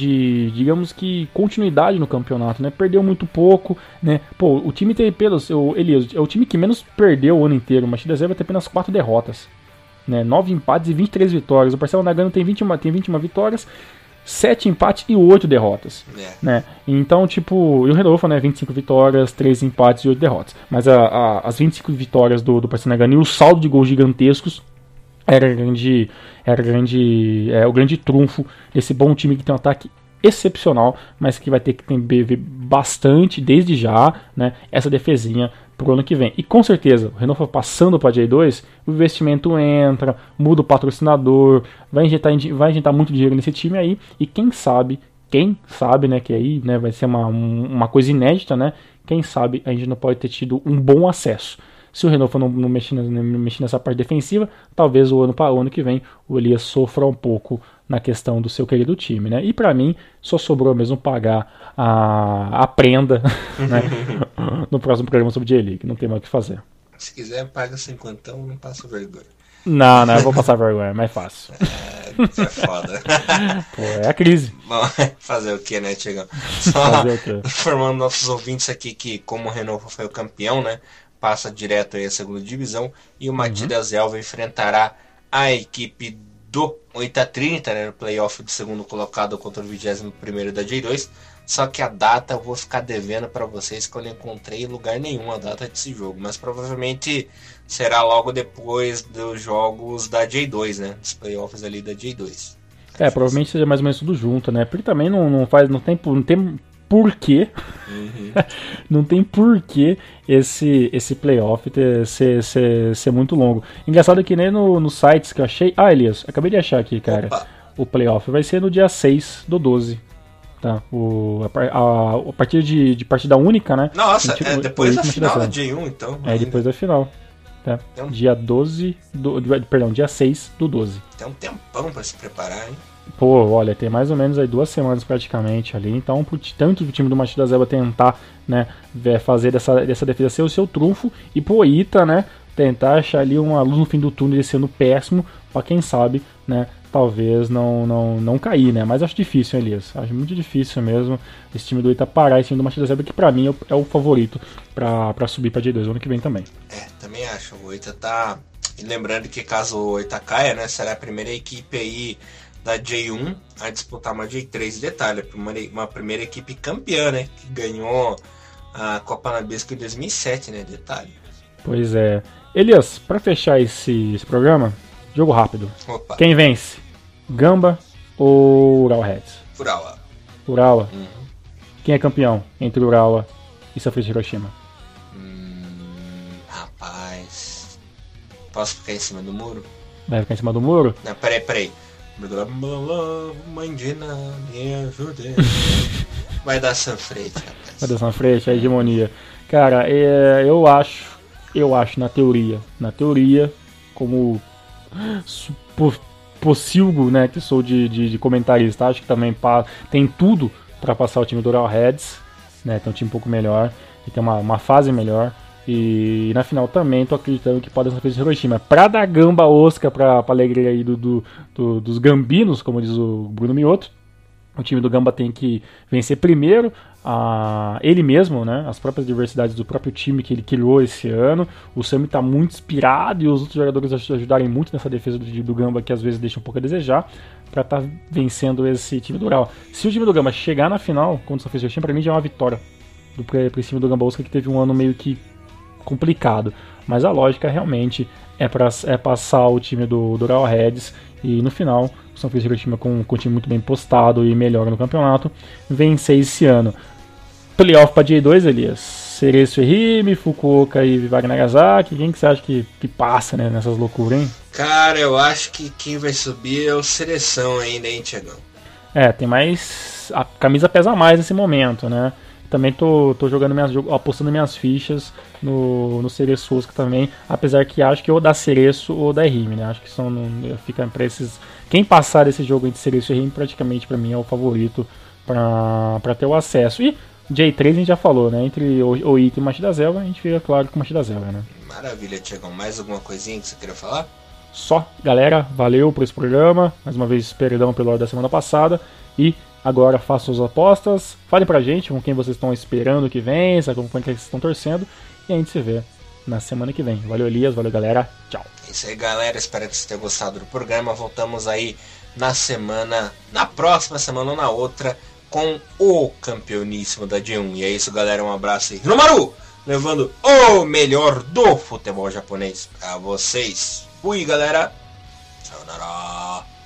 de digamos que, continuidade no campeonato, né? Perdeu muito pouco, né? Pô, o time teve pelos, o Elias, é o time que menos perdeu o ano inteiro, o Machida Zelba tem apenas quatro derrotas, né? nove empates e vinte e três vitórias. O Parcelo Nagano tem vinte e uma, tem vinte e uma vitórias, sete empates e oito derrotas. É. Né? Então, tipo, e o Renova, né? vinte e cinco vitórias, três empates e oito derrotas. Mas a, a, as vinte e cinco vitórias do, do Parcelo Nagano e o saldo de gols gigantescos era, grande, era grande, é, o grande trunfo desse bom time que tem um ataque excepcional, mas que vai ter que ter bastante, desde já, né, essa defesinha pro ano que vem. E com certeza, o Renault passando para J dois, o investimento entra, muda o patrocinador, vai injetar, vai injetar muito dinheiro nesse time aí, e quem sabe, quem sabe, né, que aí, né, vai ser uma, uma coisa inédita, né, quem sabe a gente não pode ter tido um bom acesso. Se o Renofa não, não, mexer, não mexer nessa parte defensiva, talvez o ano para o ano que vem o Elias sofra um pouco na questão do seu querido time, né? E para mim só sobrou mesmo pagar a, a prenda né? no próximo programa sobre J-League. Não tem mais o que fazer. Se quiser, paga cinquentão, não passa vergonha. Não, não, eu vou passar vergonha, é mais fácil. É, é foda. Pô, é a crise. Bom, fazer o que, né, Tiagão? Só informando nossos ouvintes aqui que, como o Renofa foi o campeão, né, passa direto aí a segunda divisão e o Matias uhum. Elva enfrentará a equipe do oito a trinta, né, no playoff do segundo colocado contra o vigésimo primeiro da J dois. Só que a data eu vou ficar devendo para vocês, que eu não encontrei em lugar nenhum a data desse jogo. Mas provavelmente será logo depois dos jogos da J dois, né? Os playoffs ali da J dois. É, provavelmente seja mais ou menos tudo junto, né? Porque também não, não faz, não tem, não tem porquê, uhum. não tem porquê esse, esse playoff ter, ser, ser, ser muito longo. Engraçado que nem no, nos sites que eu achei... Ah, Elias, acabei de achar aqui, cara. Opa. O playoff vai ser no dia seis do doze. Tá, o, a, a, a partir de, de partida única, né? Nossa, gente, é depois da final da J um, então. É, depois da final. Tá? Um... Dia doze, do, perdão, dia seis do doze. Tem um tempão pra se preparar, hein? Pô, olha, tem mais ou menos aí duas semanas praticamente ali. Então, tanto o time do Matias Elva tentar, né, fazer dessa, dessa defesa ser o seu trunfo, e pro Ita, né, tentar achar ali uma luz no fim do túnel, sendo péssimo, pra quem sabe, né, talvez não, não, não cair, né? Mas acho difícil, Elias. Acho muito difícil mesmo esse time do Ita parar, esse time do Matias Elva, que pra mim é o, é o favorito pra, pra subir pra J dois ano que vem também. É, também acho. O Ita tá... E lembrando que caso o Ita caia, né, será a primeira equipe aí da J um a disputar uma J três. Detalhe, uma, uma primeira equipe campeã, né? Que ganhou a Copa Nabisco em dois mil e sete, né? Detalhe. Pois é. Elias, pra fechar esse, esse programa, jogo rápido. Opa. Quem vence? Gamba ou Urawa Reds? Urawa. Urawa. Uhum. Quem é campeão entre Urawa e Sanfrecce Hiroshima? Hum, rapaz. Posso ficar em cima do muro? Vai ficar em cima do muro? Não, peraí, peraí. Mandina, me ajude. Vai dar Sanfrecce, rapaz. Vai dar Sanfrecce, a hegemonia. Cara, é, eu acho, eu acho na teoria, na teoria, como possível, né, que sou de, de, de comentarista, acho que também pa, tem tudo para passar o time do Urawa Reds, né, tem um time um pouco melhor, e tem uma, uma fase melhor. E na final também tô acreditando que pode ser Hiroshima. Pra dar gamba osca pra, pra alegria aí do, do, do, dos gambinos, como diz o Bruno Mioto, o time do Gamba tem que vencer primeiro a ele mesmo, né? As próprias diversidades do próprio time que ele criou esse ano. O Sami tá muito inspirado e os outros jogadores ajudarem muito nessa defesa do, do Gamba, que às vezes deixa um pouco a desejar, pra estar tá vencendo esse time do Urawa. Se o time do Gamba chegar na final contra o Sanfrecce Hiroshima, pra mim já é uma vitória do, pra, pra esse time do Gamba Osca, que teve um ano meio que complicado, mas a lógica realmente é, pra, é passar o time do, do Urawa Reds e no final o Sanfrecce Hiroshima com, com o time muito bem postado e melhor no campeonato vencer esse ano. Playoff para J dois, Elias, Cereço Ehime, Fukuoka e Wagner Nagasaki, quem que você acha que, que passa, né, nessas loucuras, hein? Cara, eu acho que quem vai subir é o Seleção ainda, hein, Thiagão? É, tem mais, a camisa pesa mais nesse momento, né? Também tô, tô jogando minhas, apostando minhas fichas no, no Cereço Osaka também, apesar que acho que ou da Cereço ou da Ehime, né? Acho que são, fica pra esses, quem passar esse jogo entre Cereço e Ehime praticamente pra mim é o favorito pra, pra ter o acesso. E J três a gente já falou, né? Entre o Ita e o Matias Elva, a gente fica claro com o Matias Elva, né? Maravilha, Tiagão. Mais alguma coisinha que você queria falar? Só, galera, valeu por esse programa. Mais uma vez, perdão pelo hora da semana passada. E agora façam suas apostas. Falem pra gente com quem vocês estão esperando que vença, com quem vocês estão torcendo. E a gente se vê na semana que vem. Valeu, Elias. Valeu, galera. Tchau. É isso aí, galera. Espero que vocês tenham gostado do programa. Voltamos aí na semana, na próxima semana ou na outra, com o campeoníssimo da J um. E é isso, galera. Um abraço aí. Hiromaru, levando o melhor do futebol japonês pra vocês. Fui, galera. Sayonara.